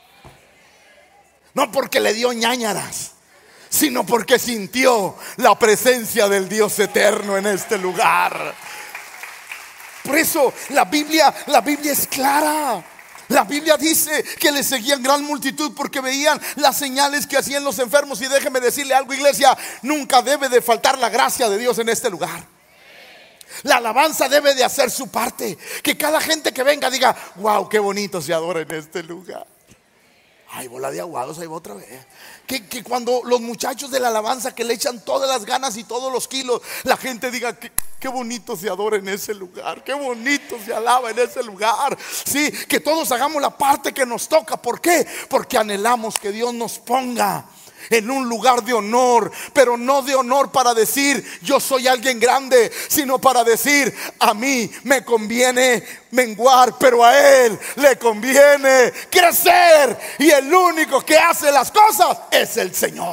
[SPEAKER 1] No porque le dio ñáñaras, sino porque sintió la presencia del Dios eterno en este lugar. Por eso la Biblia, la Biblia es clara. La Biblia dice que le seguían gran multitud porque veían las señales que hacían los enfermos. Y déjeme decirle algo, iglesia, nunca debe de faltar la gracia de Dios en este lugar. La alabanza debe de hacer su parte. Que cada gente que venga diga: wow, qué bonito se adora en este lugar. Ay, bola de aguados, ahí va otra vez. Que, que cuando los muchachos de la alabanza que le echan todas las ganas y todos los kilos, la gente diga: qué, qué bonito se adora en ese lugar, qué bonito se alaba en ese lugar. Sí, que todos hagamos la parte que nos toca. ¿Por qué? Porque anhelamos que Dios nos ponga en un lugar de honor, pero no de honor para decir yo soy alguien grande, sino para decir: a mí me conviene menguar, pero a Él le conviene crecer, y el único que hace las cosas es el Señor.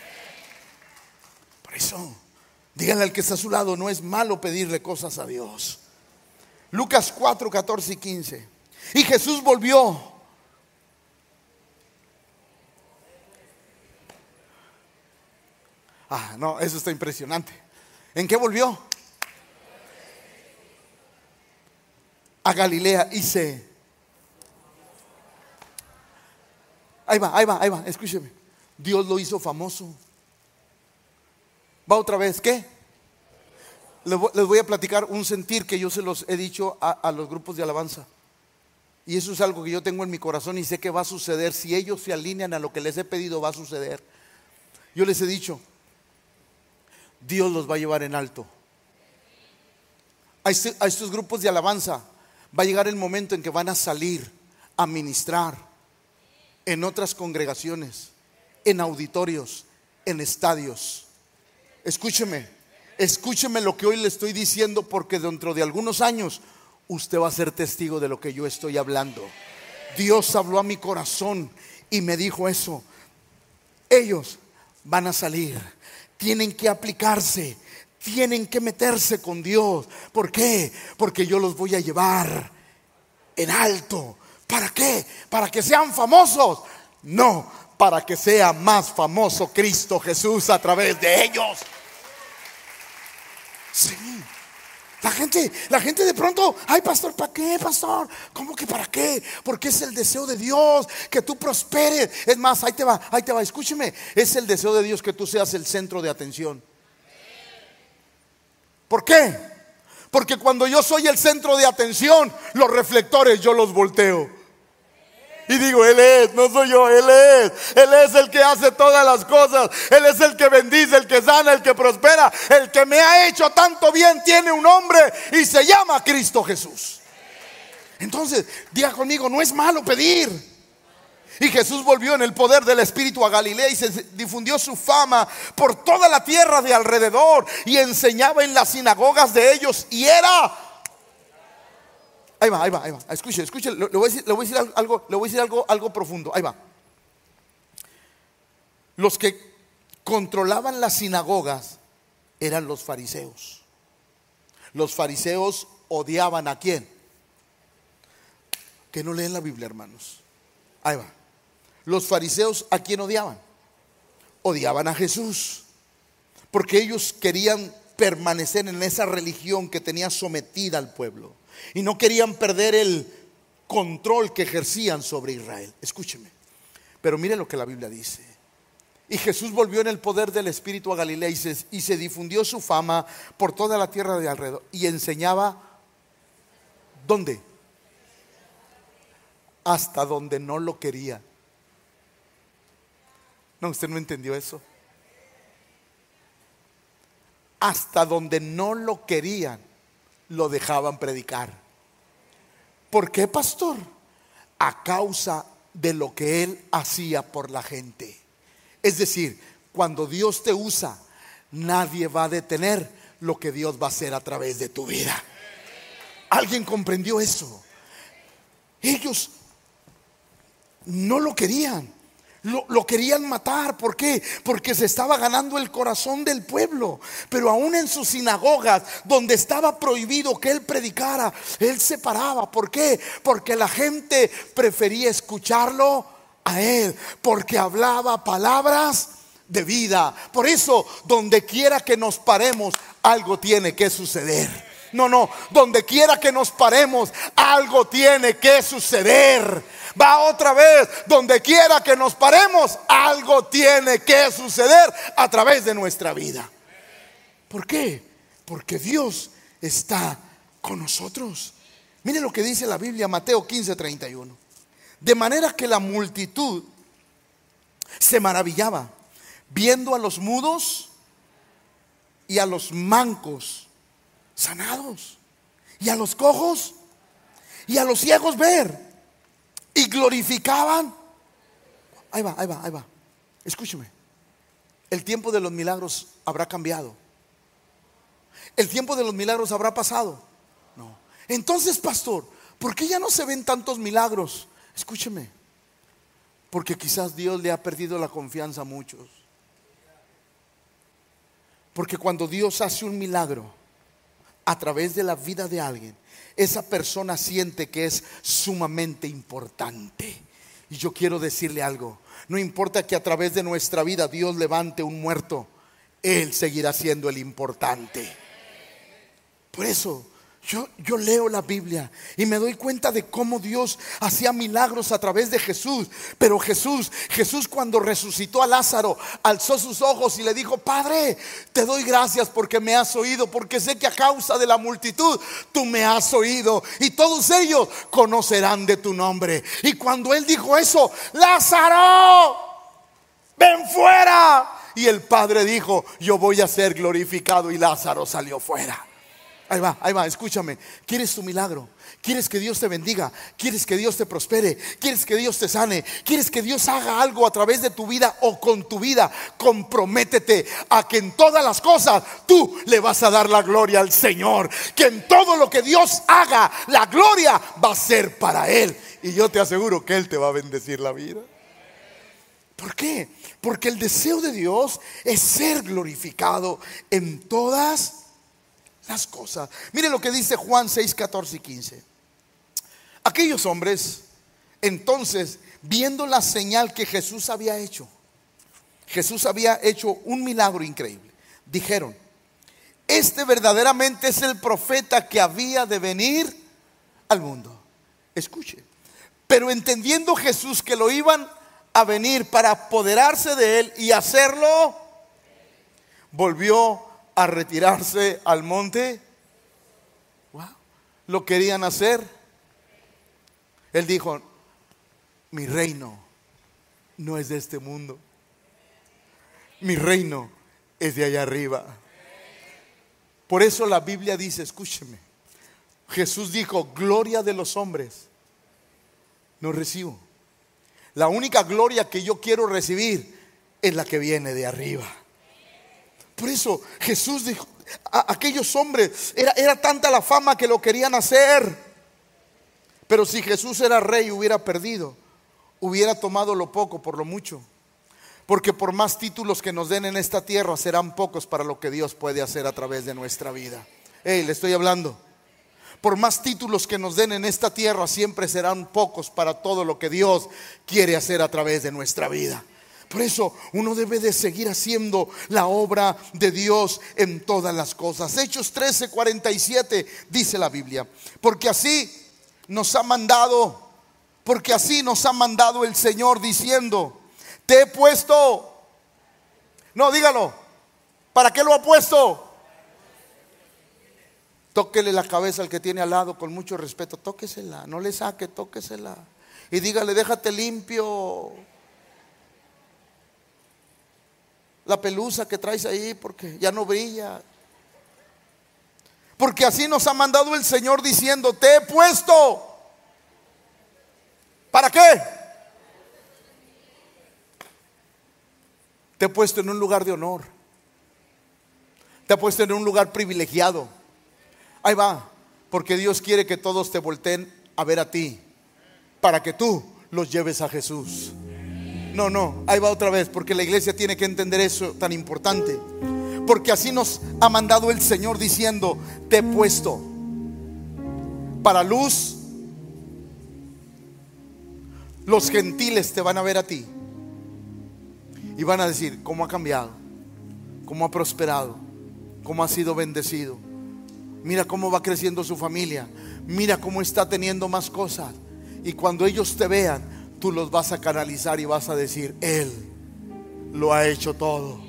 [SPEAKER 1] Por eso, díganle al que está a su lado: no es malo pedirle cosas a Dios. Lucas cuatro, catorce y quince. Y Jesús volvió. Ah, no, eso está impresionante. ¿En qué volvió? A Galilea y se... Ahí va, ahí va, ahí va, escúcheme. Dios lo hizo famoso. Va otra vez, ¿qué? Les voy, les voy a platicar un sentir que yo se los he dicho a, a los grupos de alabanza. Y eso es algo que yo tengo en mi corazón y sé que va a suceder. Si ellos se alinean a lo que les he pedido, va a suceder. Yo les he dicho: Dios los va a llevar en alto. A, este, a estos grupos de alabanza va a llegar el momento en que van a salir a ministrar en otras congregaciones, en auditorios, en estadios. Escúcheme, escúcheme lo que hoy le estoy diciendo, porque dentro de algunos años usted va a ser testigo de lo que yo estoy hablando. Dios habló a mi corazón y me dijo eso. Ellos van a salir. Tienen que aplicarse, tienen que meterse con Dios. ¿Por qué? Porque yo los voy a llevar en alto. ¿Para qué? ¿Para que sean famosos? No, para que sea más famoso Cristo Jesús a través de ellos. Sí. La gente, la gente de pronto: ay, pastor, ¿para qué, pastor? ¿Cómo que para qué? Porque es el deseo de Dios que tú prosperes. Es más, ahí te va, ahí te va, escúcheme. Es el deseo de Dios que tú seas el centro de atención. ¿Por qué? Porque cuando yo soy el centro de atención, los reflectores yo los volteo. Y digo: Él es, no soy yo, Él es. Él es el que hace todas las cosas. Él es el que bendice, el que sana, el que prospera. El que me ha hecho tanto bien tiene un nombre y se llama Cristo Jesús. Entonces, diga conmigo: no es malo pedir. Y Jesús volvió en el poder del Espíritu a Galilea y se difundió su fama por toda la tierra de alrededor, y enseñaba en las sinagogas de ellos y era... Ahí va, ahí va, ahí va. Escuche, escuche. Le voy a decir, le voy a decir algo, le voy a decir algo, algo profundo. Ahí va. Los que controlaban las sinagogas eran los fariseos. Los fariseos odiaban ¿a quién? Que no leen la Biblia, hermanos. Ahí va. Los fariseos ¿a quién odiaban? Odiaban a Jesús, porque ellos querían permanecer en esa religión que tenía sometida al pueblo y no querían perder el control que ejercían sobre Israel. Escúcheme, pero mire lo que la Biblia dice. Y Jesús volvió en el poder del Espíritu a Galilea y se, y se difundió su fama por toda la tierra de alrededor, y enseñaba ¿dónde? Hasta donde no lo querían. No, usted no entendió eso. Hasta donde no lo querían, lo dejaban predicar. ¿Por qué, pastor? A causa de lo que él hacía por la gente. Es decir, cuando Dios te usa, nadie va a detener lo que Dios va a hacer a través de tu vida. ¿Alguien comprendió eso? Ellos no lo querían, lo, lo querían matar. ¿Por qué? Porque se estaba ganando el corazón del pueblo. Pero aún en sus sinagogas, donde estaba prohibido que él predicara, él se paraba. ¿Por qué? Porque la gente prefería escucharlo a él, porque hablaba palabras de vida. Por eso, donde quiera que nos paremos, algo tiene que suceder. No, no, donde quiera que nos paremos, algo tiene que suceder. Va otra vez, donde quiera que nos paremos, algo tiene que suceder a través de nuestra vida. ¿Por qué? Porque Dios está con nosotros. Mire lo que dice la Biblia, Mateo quince, treinta y uno. De manera que la multitud se maravillaba viendo a los mudos y a los mancos sanados, y a los cojos y a los ciegos ver, y glorificaban. Ahí va, ahí va, ahí va. Escúcheme. El tiempo de los milagros habrá cambiado. El tiempo de los milagros habrá pasado. No. Entonces, pastor, ¿por qué ya no se ven tantos milagros? Escúcheme. Porque quizás Dios le ha perdido la confianza a muchos. Porque cuando Dios hace un milagro a través de la vida de alguien, esa persona siente que es sumamente importante. Y yo quiero decirle algo: no importa que a través de nuestra vida Dios levante un muerto, Él seguirá siendo el importante. Por eso Yo, yo leo la Biblia y me doy cuenta de cómo Dios hacía milagros a través de Jesús. Pero Jesús, Jesús cuando resucitó a Lázaro, alzó sus ojos y le dijo: Padre, te doy gracias porque me has oído, porque sé que a causa de la multitud tú me has oído, y todos ellos conocerán de tu nombre. Y cuando él dijo eso: Lázaro, ven fuera. Y el Padre dijo: yo voy a ser glorificado. Y Lázaro salió fuera. Ahí va, ahí va, escúchame. ¿Quieres tu milagro? ¿Quieres que Dios te bendiga? ¿Quieres que Dios te prospere? ¿Quieres que Dios te sane? ¿Quieres que Dios haga algo a través de tu vida o con tu vida? Comprométete a que en todas las cosas tú le vas a dar la gloria al Señor. Que en todo lo que Dios haga, la gloria va a ser para Él. Y yo te aseguro que Él te va a bendecir la vida. ¿Por qué? Porque el deseo de Dios es ser glorificado en todas las cosas. Mire lo que dice Juan seis, catorce y quince. Aquellos hombres, entonces, viendo la señal que Jesús había hecho, Jesús había hecho un milagro increíble, dijeron: este verdaderamente es el profeta que había de venir al mundo. Escuche. Pero entendiendo Jesús que lo iban a venir para apoderarse de él y hacerlo, volvió a retirarse al monte. Wow. Lo querían hacer. Él dijo: mi reino no es de este mundo, mi reino es de allá arriba. Por eso la Biblia dice, escúcheme, Jesús dijo: gloria de los hombres no recibo. La única gloria que yo quiero recibir es la que viene de arriba. Por eso Jesús dijo a aquellos hombres, era, era tanta la fama que lo querían hacer. Pero si Jesús era rey, hubiera perdido, hubiera tomado lo poco por lo mucho. Porque por más títulos que nos den en esta tierra, serán pocos para lo que Dios puede hacer a través de nuestra vida. Hey, le estoy hablando. Por más títulos que nos den en esta tierra, siempre serán pocos para todo lo que Dios quiere hacer a través de nuestra vida. Por eso uno debe de seguir haciendo la obra de Dios en todas las cosas. Hechos trece, cuarenta y siete dice la Biblia: porque así nos ha mandado, porque así nos ha mandado el Señor diciendo: te he puesto. No, dígalo. ¿Para qué lo ha puesto? Tóquele la cabeza al que tiene al lado con mucho respeto. Tóquesela, no le saque, tóquesela. Y dígale: déjate limpio la pelusa que traes ahí, porque ya no brilla. Porque así nos ha mandado el Señor diciendo: te he puesto. ¿Para qué? Te he puesto en un lugar de honor. Te he puesto en un lugar privilegiado. Ahí va. Porque Dios quiere que todos te volteen a ver a ti, para que tú los lleves a Jesús. No, no, ahí va otra vez, porque la iglesia tiene que entender eso tan importante. Porque así nos ha mandado el Señor diciendo: te he puesto para luz. Los gentiles te van a ver a ti y van a decir: cómo ha cambiado, cómo ha prosperado, cómo ha sido bendecido. Mira cómo va creciendo su familia. Mira cómo está teniendo más cosas. Y cuando ellos te vean, tú los vas a canalizar y vas a decir: Él lo ha hecho todo.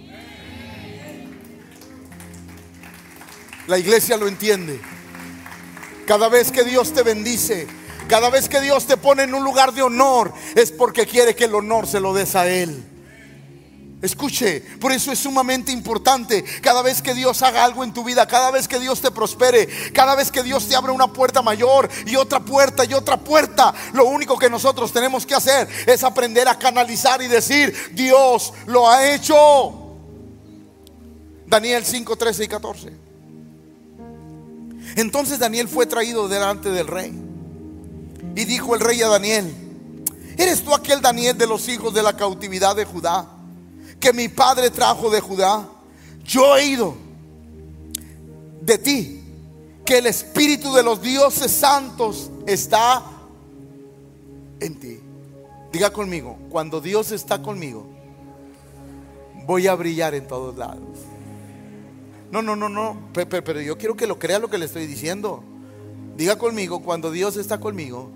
[SPEAKER 1] La iglesia lo entiende. Cada vez que Dios te bendice, cada vez que Dios te pone en un lugar de honor, es porque quiere que el honor se lo des a Él. Escuche, por eso es sumamente importante. Cada vez que Dios haga algo en tu vida, cada vez que Dios te prospere, cada vez que Dios te abra una puerta mayor y otra puerta y otra puerta, lo único que nosotros tenemos que hacer es aprender a canalizar y decir: Dios lo ha hecho. Daniel cinco, trece y catorce. Entonces Daniel fue traído delante del rey, y dijo el rey a Daniel: ¿eres tú aquel Daniel de los hijos de la cautividad de Judá, que mi padre trajo de Judá? Yo he oído de ti que el espíritu de los dioses santos está en ti. Diga conmigo: cuando Dios está conmigo, voy a brillar en todos lados. No, no, no, no, pero, pero yo quiero que lo crea lo que le estoy diciendo. Diga conmigo: cuando Dios está conmigo,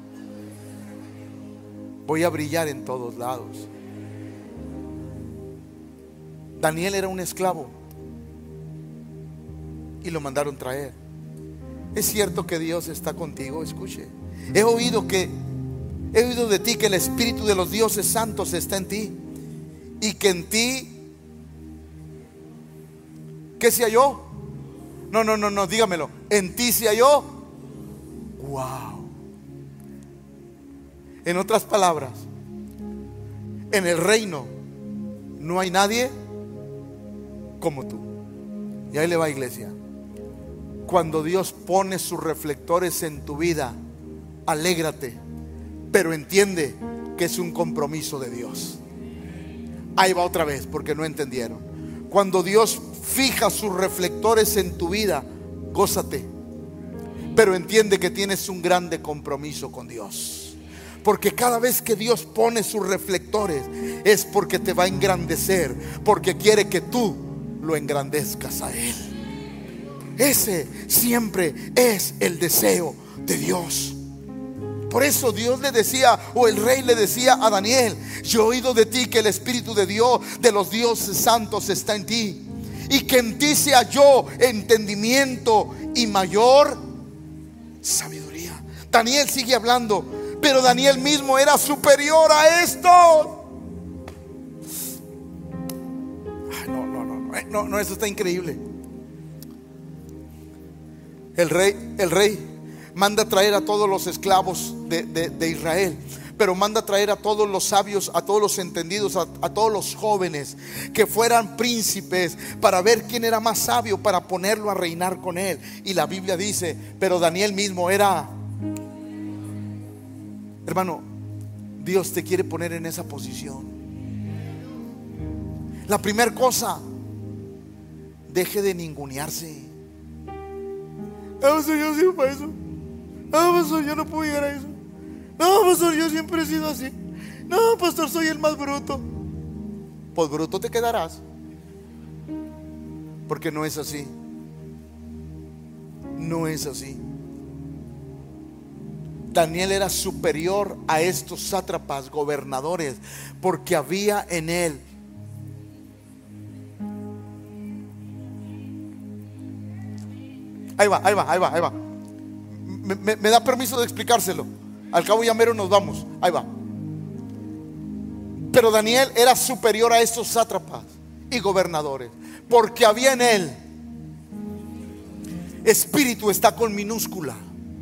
[SPEAKER 1] voy a brillar en todos lados. Daniel era un esclavo y lo mandaron traer. Es cierto que Dios está contigo. Escuche, he oído que He oído de ti que el espíritu de los dioses santos está en ti, y que en ti, ¿qué se halló? No, no, no, no, dígamelo. En ti se halló. Wow. En otras palabras, en el reino no hay nadie como tú. Y ahí le va, iglesia. Cuando Dios pone sus reflectores en tu vida, alégrate, pero entiende que es un compromiso de Dios. Ahí va otra vez, porque no entendieron. Cuando Dios fija sus reflectores en tu vida, gózate, pero entiende que tienes un grande compromiso con Dios. Porque cada vez que Dios pone sus reflectores, es porque te va a engrandecer, porque quiere que tú lo engrandezcas a Él. Ese siempre es el deseo de Dios. Por eso Dios le decía, o el rey le decía a Daniel: yo he oído de ti que el espíritu de Dios, de los dioses santos, está en ti, y que en ti se halló entendimiento y mayor sabiduría. Daniel sigue hablando, pero Daniel mismo era superior a esto. Ay, no, no, no, no, no, no, eso está increíble. El rey, el rey manda traer a todos los esclavos de, de, de Israel, pero manda traer a todos los sabios, a todos los entendidos, a, a todos los jóvenes que fueran príncipes, para ver quién era más sabio, para ponerlo a reinar con él. Y la Biblia dice, pero Daniel mismo era. Hermano, Dios te quiere poner en esa posición. La primera cosa, deje de ningunearse. No, pastor, yo sirvo para eso. No, pastor, yo no puedo llegar a eso. No, pastor, yo siempre he sido así. No, pastor, soy el más bruto. Pues bruto te quedarás, porque no es así. No es así. Daniel era superior a estos sátrapas, gobernadores, porque había en él Ahí va, ahí va, ahí va, ahí va. Me, me, me da permiso de explicárselo. Al cabo ya mero nos vamos. Ahí va. Pero Daniel era superior a estos sátrapas y gobernadores, porque había en él espíritu. Está con minúscula.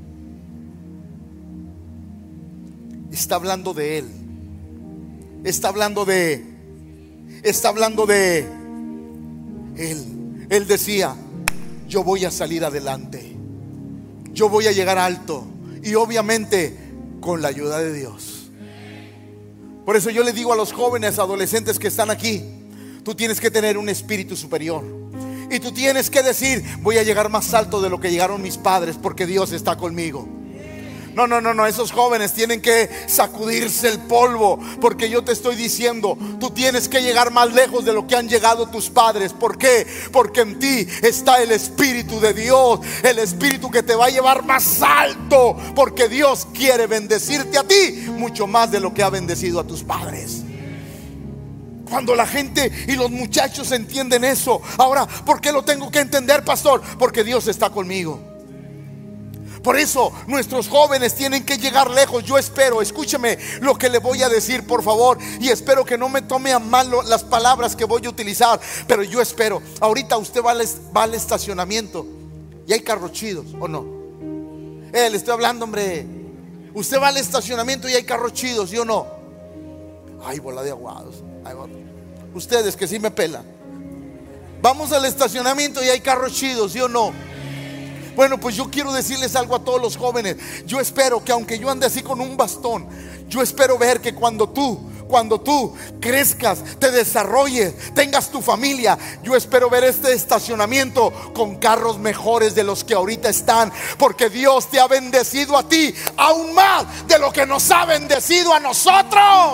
[SPEAKER 1] Está hablando de él. Está hablando de Está hablando de él. Él decía: yo voy a salir adelante, yo voy a llegar alto, y obviamente con la ayuda de Dios. Por eso yo le digo a los jóvenes, adolescentes que están aquí: tú tienes que tener un espíritu superior, y tú tienes que decir: voy a llegar más alto de lo que llegaron mis padres, porque Dios está conmigo. No, no, no, no, esos jóvenes tienen que sacudirse el polvo, porque yo te estoy diciendo, tú tienes que llegar más lejos de lo que han llegado tus padres. ¿Por qué? Porque en ti está el Espíritu de Dios, el Espíritu que te va a llevar más alto, porque Dios quiere bendecirte a ti mucho más de lo que ha bendecido a tus padres. Cuando la gente y los muchachos entienden eso. Ahora, ¿por qué lo tengo que entender, pastor? Porque Dios está conmigo. Por eso nuestros jóvenes tienen que llegar lejos. Yo espero, escúcheme lo que le voy a decir, por favor, y espero que no me tome a mal las palabras que voy a utilizar, pero yo espero. Ahorita usted va al, va al estacionamiento y hay carros chidos, ¿o no? Eh, le estoy hablando, hombre. Usted va al estacionamiento y hay carros chidos, ¿sí o no? Ay, bola de aguados. Ay, ustedes que sí me pelan. Vamos al estacionamiento y hay carros chidos, ¿sí o no? Bueno, pues yo quiero decirles algo a todos los jóvenes. Yo espero que aunque yo ande así con un bastón, yo espero ver que cuando tú Cuando tú crezcas, te desarrolles, tengas tu familia, yo espero ver este estacionamiento con carros mejores de los que ahorita están, porque Dios te ha bendecido a ti aún más de lo que nos ha bendecido a nosotros.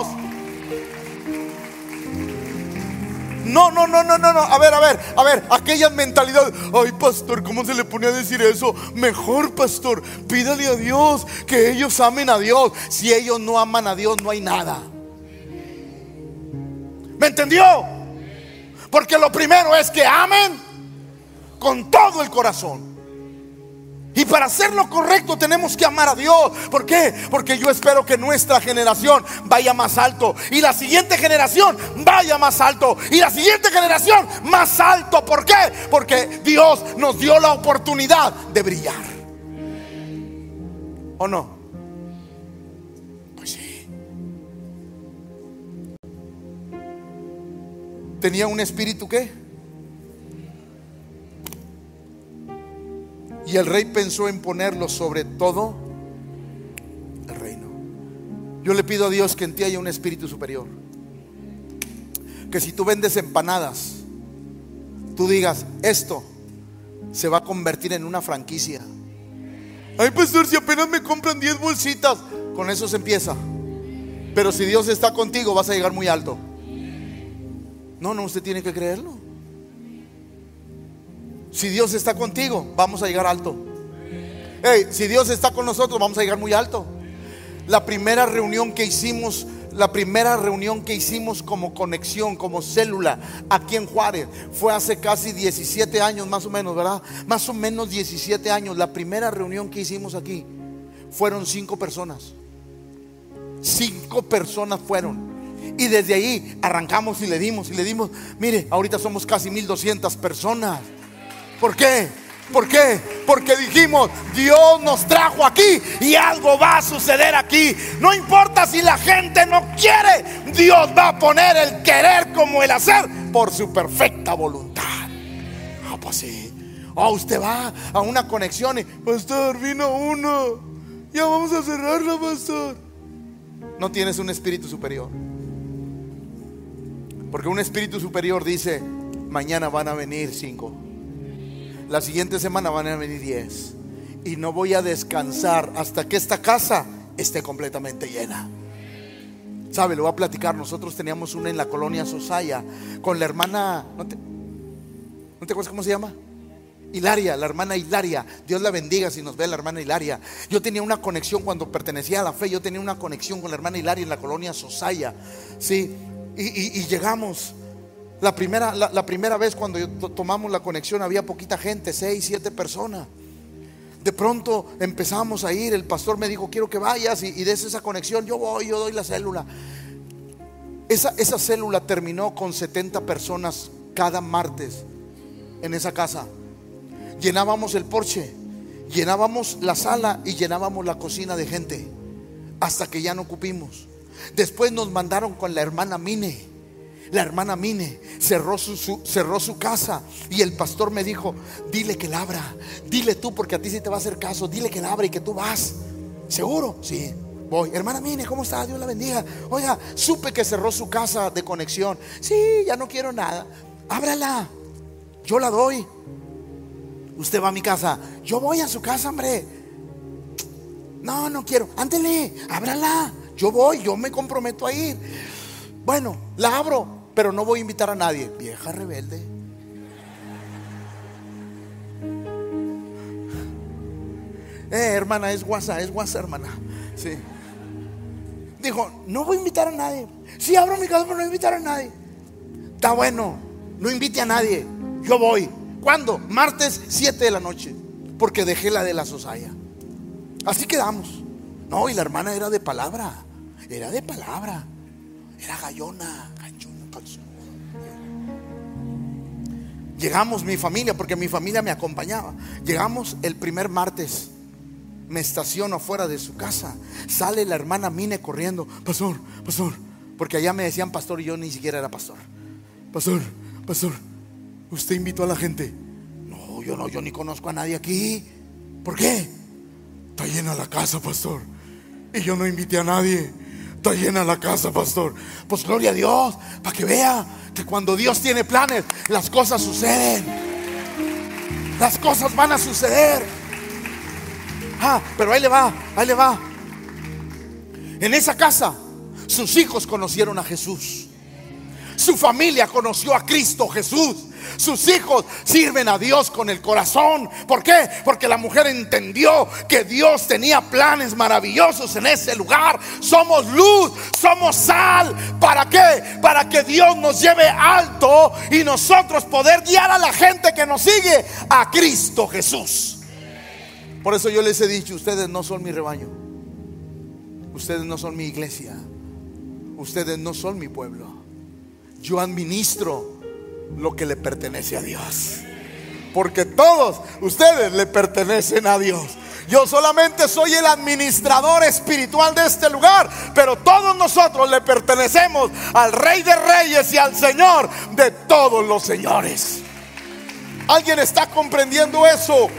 [SPEAKER 1] No, no, no, no, no, no. A ver, a ver, a ver, aquellas mentalidades. Ay, pastor, ¿cómo se le pone a decir eso? Mejor, pastor, pídale a Dios que ellos amen a Dios. Si ellos no aman a Dios, no hay nada. ¿Me entendió? Porque lo primero es que amen con todo el corazón. Y para hacer lo correcto tenemos que amar a Dios. ¿Por qué? Porque yo espero que nuestra generación vaya más alto, y la siguiente generación vaya más alto, y la siguiente generación más alto. ¿Por qué? Porque Dios nos dio la oportunidad de brillar. ¿O no? Pues sí. ¿Tenía un espíritu qué? Y el rey pensó en ponerlo sobre todo el reino. Yo le pido a Dios que en ti haya un espíritu superior. Que si tú vendes empanadas, tú digas, esto se va a convertir en una franquicia. Ay, pastor, si apenas me compran diez bolsitas. Con eso se empieza. Pero si Dios está contigo, vas a llegar muy alto. No, no, usted tiene que creerlo. Si Dios está contigo, vamos a llegar alto. Hey, si Dios está con nosotros, vamos a llegar muy alto. La primera reunión que hicimos, la primera reunión que hicimos como conexión, como célula, aquí en Juárez, fue hace casi diecisiete años, más o menos, ¿verdad? Más o menos diecisiete años. La primera reunión que hicimos aquí fueron cinco personas. Cinco personas fueron. Y desde ahí arrancamos y le dimos y le dimos. Mire, ahorita somos casi mil doscientas personas. ¿Por qué? ¿Por qué? Porque dijimos, Dios nos trajo aquí y algo va a suceder aquí. No importa si la gente no quiere, Dios va a poner el querer como el hacer por su perfecta voluntad. Ah, pues sí. Oh, usted va a una conexión y, pastor, vino uno, ya vamos a cerrarla, pastor. No tienes un espíritu superior. Porque un espíritu superior dice, mañana van a venir cinco, la siguiente semana van a venir diez, y no voy a descansar hasta que esta casa esté completamente llena. ¿Sabe? Lo voy a platicar. Nosotros teníamos una en la colonia Sosaya con la hermana, ¿no te, ¿no te acuerdas cómo se llama? Hilaria, la hermana Hilaria. Dios la bendiga si nos ve la hermana Hilaria. Yo tenía una conexión cuando pertenecía a la fe. Yo tenía una conexión con la hermana Hilaria en la colonia Sosaya. Sí, y, y, y llegamos. La primera, la, la primera vez cuando yo, tomamos la conexión había poquita gente, seis, siete personas. De pronto empezamos a ir. El pastor me dijo, quiero que vayas y, y des esa conexión. Yo voy, yo doy la célula. Esa, esa célula terminó con setenta personas cada martes en esa casa. Llenábamos el porche, llenábamos la sala y llenábamos la cocina de gente hasta que ya no cupimos. Después nos mandaron con la hermana Mine. La hermana Mine cerró su, su, cerró su casa y el pastor me dijo, dile que la abra, dile tú, porque a ti sí te va a hacer caso, dile que la abra y que tú vas. ¿Seguro? Sí, voy. Hermana Mine, ¿cómo está? Dios la bendiga. Oiga, supe que cerró su casa de conexión. Sí, ya no quiero nada. Ábrala, yo la doy. Usted va a mi casa, yo voy a su casa, hombre. No, no quiero. Ándele, ábrala. Yo voy, yo me comprometo a ir. Bueno, la abro, pero no voy a invitar a nadie. Vieja rebelde. Eh, hermana, es guasa, es guasa, hermana. Sí. Dijo, no voy a invitar a nadie. Sí, abro mi casa, pero no voy a invitar a nadie. Está bueno, no invite a nadie. Yo voy. ¿Cuándo? Martes siete de la noche. Porque dejé la de la Sosaya. Así quedamos. No, y la hermana era de palabra. Era de palabra. Era gallona, gallona, calzón. Llegamos mi familia, porque mi familia me acompañaba. Llegamos el primer martes. Me estaciono afuera de su casa. Sale la hermana Mine corriendo. Pastor, pastor. Porque allá me decían pastor y yo ni siquiera era pastor. Pastor, pastor, ¿usted invitó a la gente? No, yo no, yo ni conozco a nadie aquí. ¿Por qué? Está llena la casa, pastor. Y yo no invité a nadie. Está llena la casa, pastor. Pues gloria a Dios, para que vea que cuando Dios tiene planes, las cosas suceden. Las cosas van a suceder. Ah, pero ahí le va, ahí le va. En esa casa, sus hijos conocieron a Jesús. Su familia conoció a Cristo Jesús. Sus hijos sirven a Dios con el corazón. ¿Por qué? Porque la mujer entendió que Dios tenía planes maravillosos en ese lugar. Somos luz, somos sal. ¿Para qué? Para que Dios nos lleve alto y nosotros poder guiar a la gente que nos sigue a Cristo Jesús. Por eso yo les he dicho, ustedes no son mi rebaño. Ustedes no son mi iglesia. Ustedes no son mi pueblo. Yo administro lo que le pertenece a Dios. Porque todos ustedes le pertenecen a Dios. Yo solamente soy el administrador espiritual de este lugar, pero todos nosotros le pertenecemos al Rey de Reyes y al Señor de todos los señores. ¿Alguien está comprendiendo eso?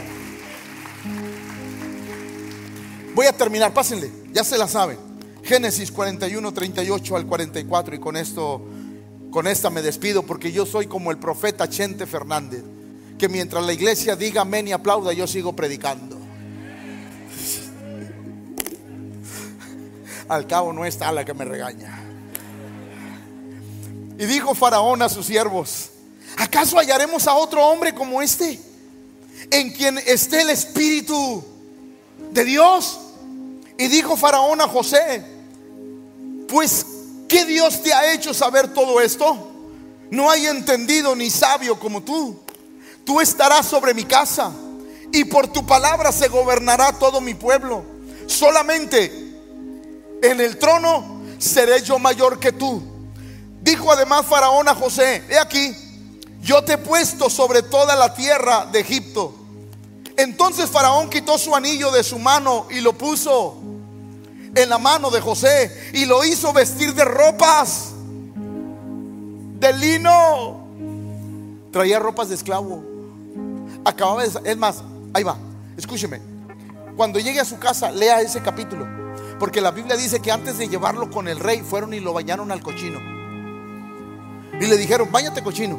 [SPEAKER 1] Voy a terminar, pásenle, ya se la saben. Génesis cuarenta y uno, treinta y ocho al cuarenta y cuatro. Y con esto, con esta me despido, porque yo soy como el profeta Chente Fernández, que mientras la iglesia diga amén y aplauda, yo sigo predicando. Al cabo no está la que me regaña. Y dijo Faraón a sus siervos: ¿acaso hallaremos a otro hombre como este, en quien esté el Espíritu de Dios? Y dijo Faraón a José: pues ¿qué Dios te ha hecho saber todo esto? No hay entendido ni sabio como tú. Tú estarás sobre mi casa, y por tu palabra se gobernará todo mi pueblo. Solamente en el trono seré yo mayor que tú. Dijo además Faraón a José: he aquí, yo te he puesto sobre toda la tierra de Egipto. Entonces Faraón quitó su anillo de su mano y lo puso en la mano de José, y lo hizo vestir de ropas de lino. Traía ropas de esclavo. Acababa de, es más, ahí va, escúcheme. Cuando llegue a su casa, lea ese capítulo, porque la Biblia dice que antes de llevarlo con el rey, fueron y lo bañaron al cochino. Y le dijeron: báñate, cochino.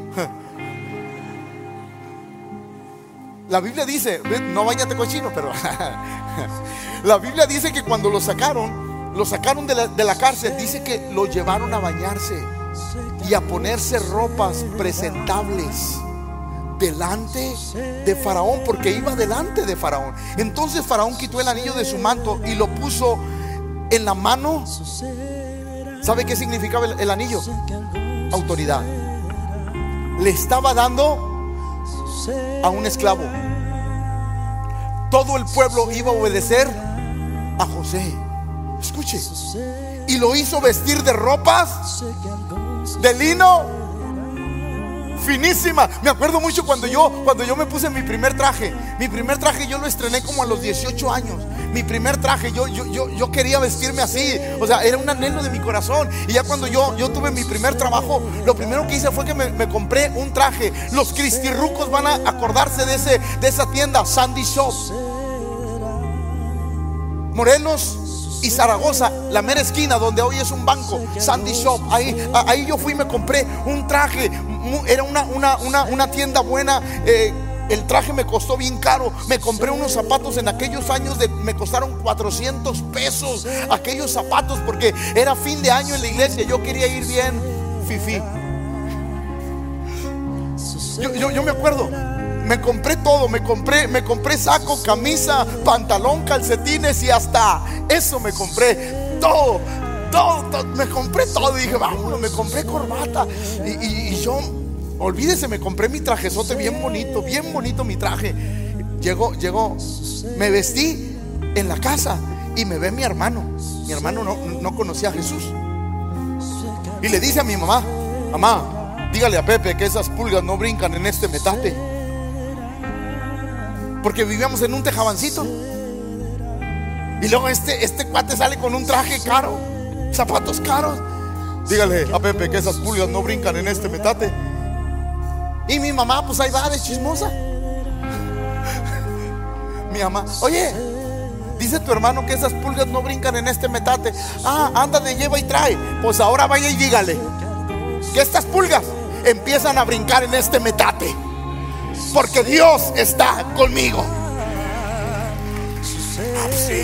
[SPEAKER 1] La Biblia dice, no báñate, cochino, pero la Biblia dice que cuando lo sacaron, lo sacaron de la, de la cárcel, dice que lo llevaron a bañarse y a ponerse ropas presentables delante de Faraón, porque iba delante de Faraón. Entonces Faraón quitó el anillo de su manto y lo puso en la mano. ¿Sabe qué significaba el, el anillo? Autoridad. Le estaba dando a un esclavo. Todo el pueblo iba a obedecer a José. Escuche. Y lo hizo vestir de ropas de lino finísima. Me acuerdo mucho cuando yo Cuando yo me puse mi primer traje. Mi primer traje yo lo estrené como a los dieciocho años. Mi primer traje, yo, yo, yo, yo quería vestirme así. O sea, era un anhelo de mi corazón. Y ya cuando yo, yo tuve mi primer trabajo, lo primero que hice fue que me, me compré un traje. Los cristirrucos van a acordarse de, ese, de esa tienda, Sandy Shop, Morelos y Zaragoza, la mera esquina donde hoy es un banco, Sandy Shop. Ahí, ahí yo fui y me compré un traje. Era una, una, una, una tienda buena. eh, el traje me costó bien caro. Me compré unos zapatos en aquellos años de, me costaron cuatrocientos pesos aquellos zapatos, porque era fin de año en la iglesia. Yo quería ir bien fifí. Yo, yo, yo me acuerdo, me compré todo, me compré, me compré saco, camisa, pantalón, calcetines y hasta eso me compré. Todo, todo, todo me compré todo. Y dije, vámonos, me compré corbata. Y, y, y yo, olvídese, me compré mi trajezote bien bonito, bien bonito mi traje. Llegó, llegó, me vestí en la casa y me ve mi hermano. Mi hermano no, no conocía a Jesús. Y le dice a mi mamá: mamá, dígale a Pepe que esas pulgas no brincan en este metate. Porque vivíamos en un tejabancito. Y luego este, este cuate sale con un traje caro, zapatos caros. Dígale a Pepe que esas pulgas no brincan en este metate. Y mi mamá pues ahí va de chismosa. Mi mamá: oye, dice tu hermano que esas pulgas no brincan en este metate. Ah, anda de lleva y trae. Pues ahora vaya y dígale que estas pulgas empiezan a brincar en este metate, porque Dios está conmigo. Ah, sí.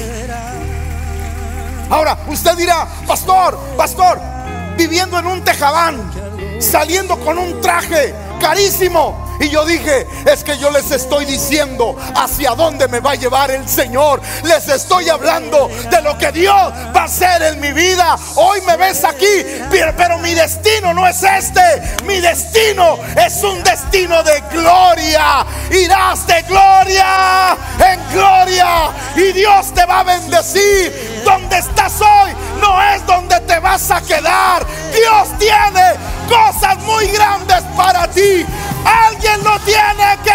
[SPEAKER 1] Ahora usted dirá: pastor, pastor, viviendo en un tejabán, saliendo con un traje carísimo. Y yo dije: es que yo les estoy diciendo hacia dónde me va a llevar el Señor. Les estoy hablando de lo que Dios va a hacer en mi vida. Hoy me ves aquí, pero, pero mi destino no es este. Mi destino es un destino de gloria. Irás de gloria en gloria y Dios te va a bendecir. Donde estás hoy no es donde te vas a quedar. Dios tiene cosas muy grandes para ti. Alguien lo tiene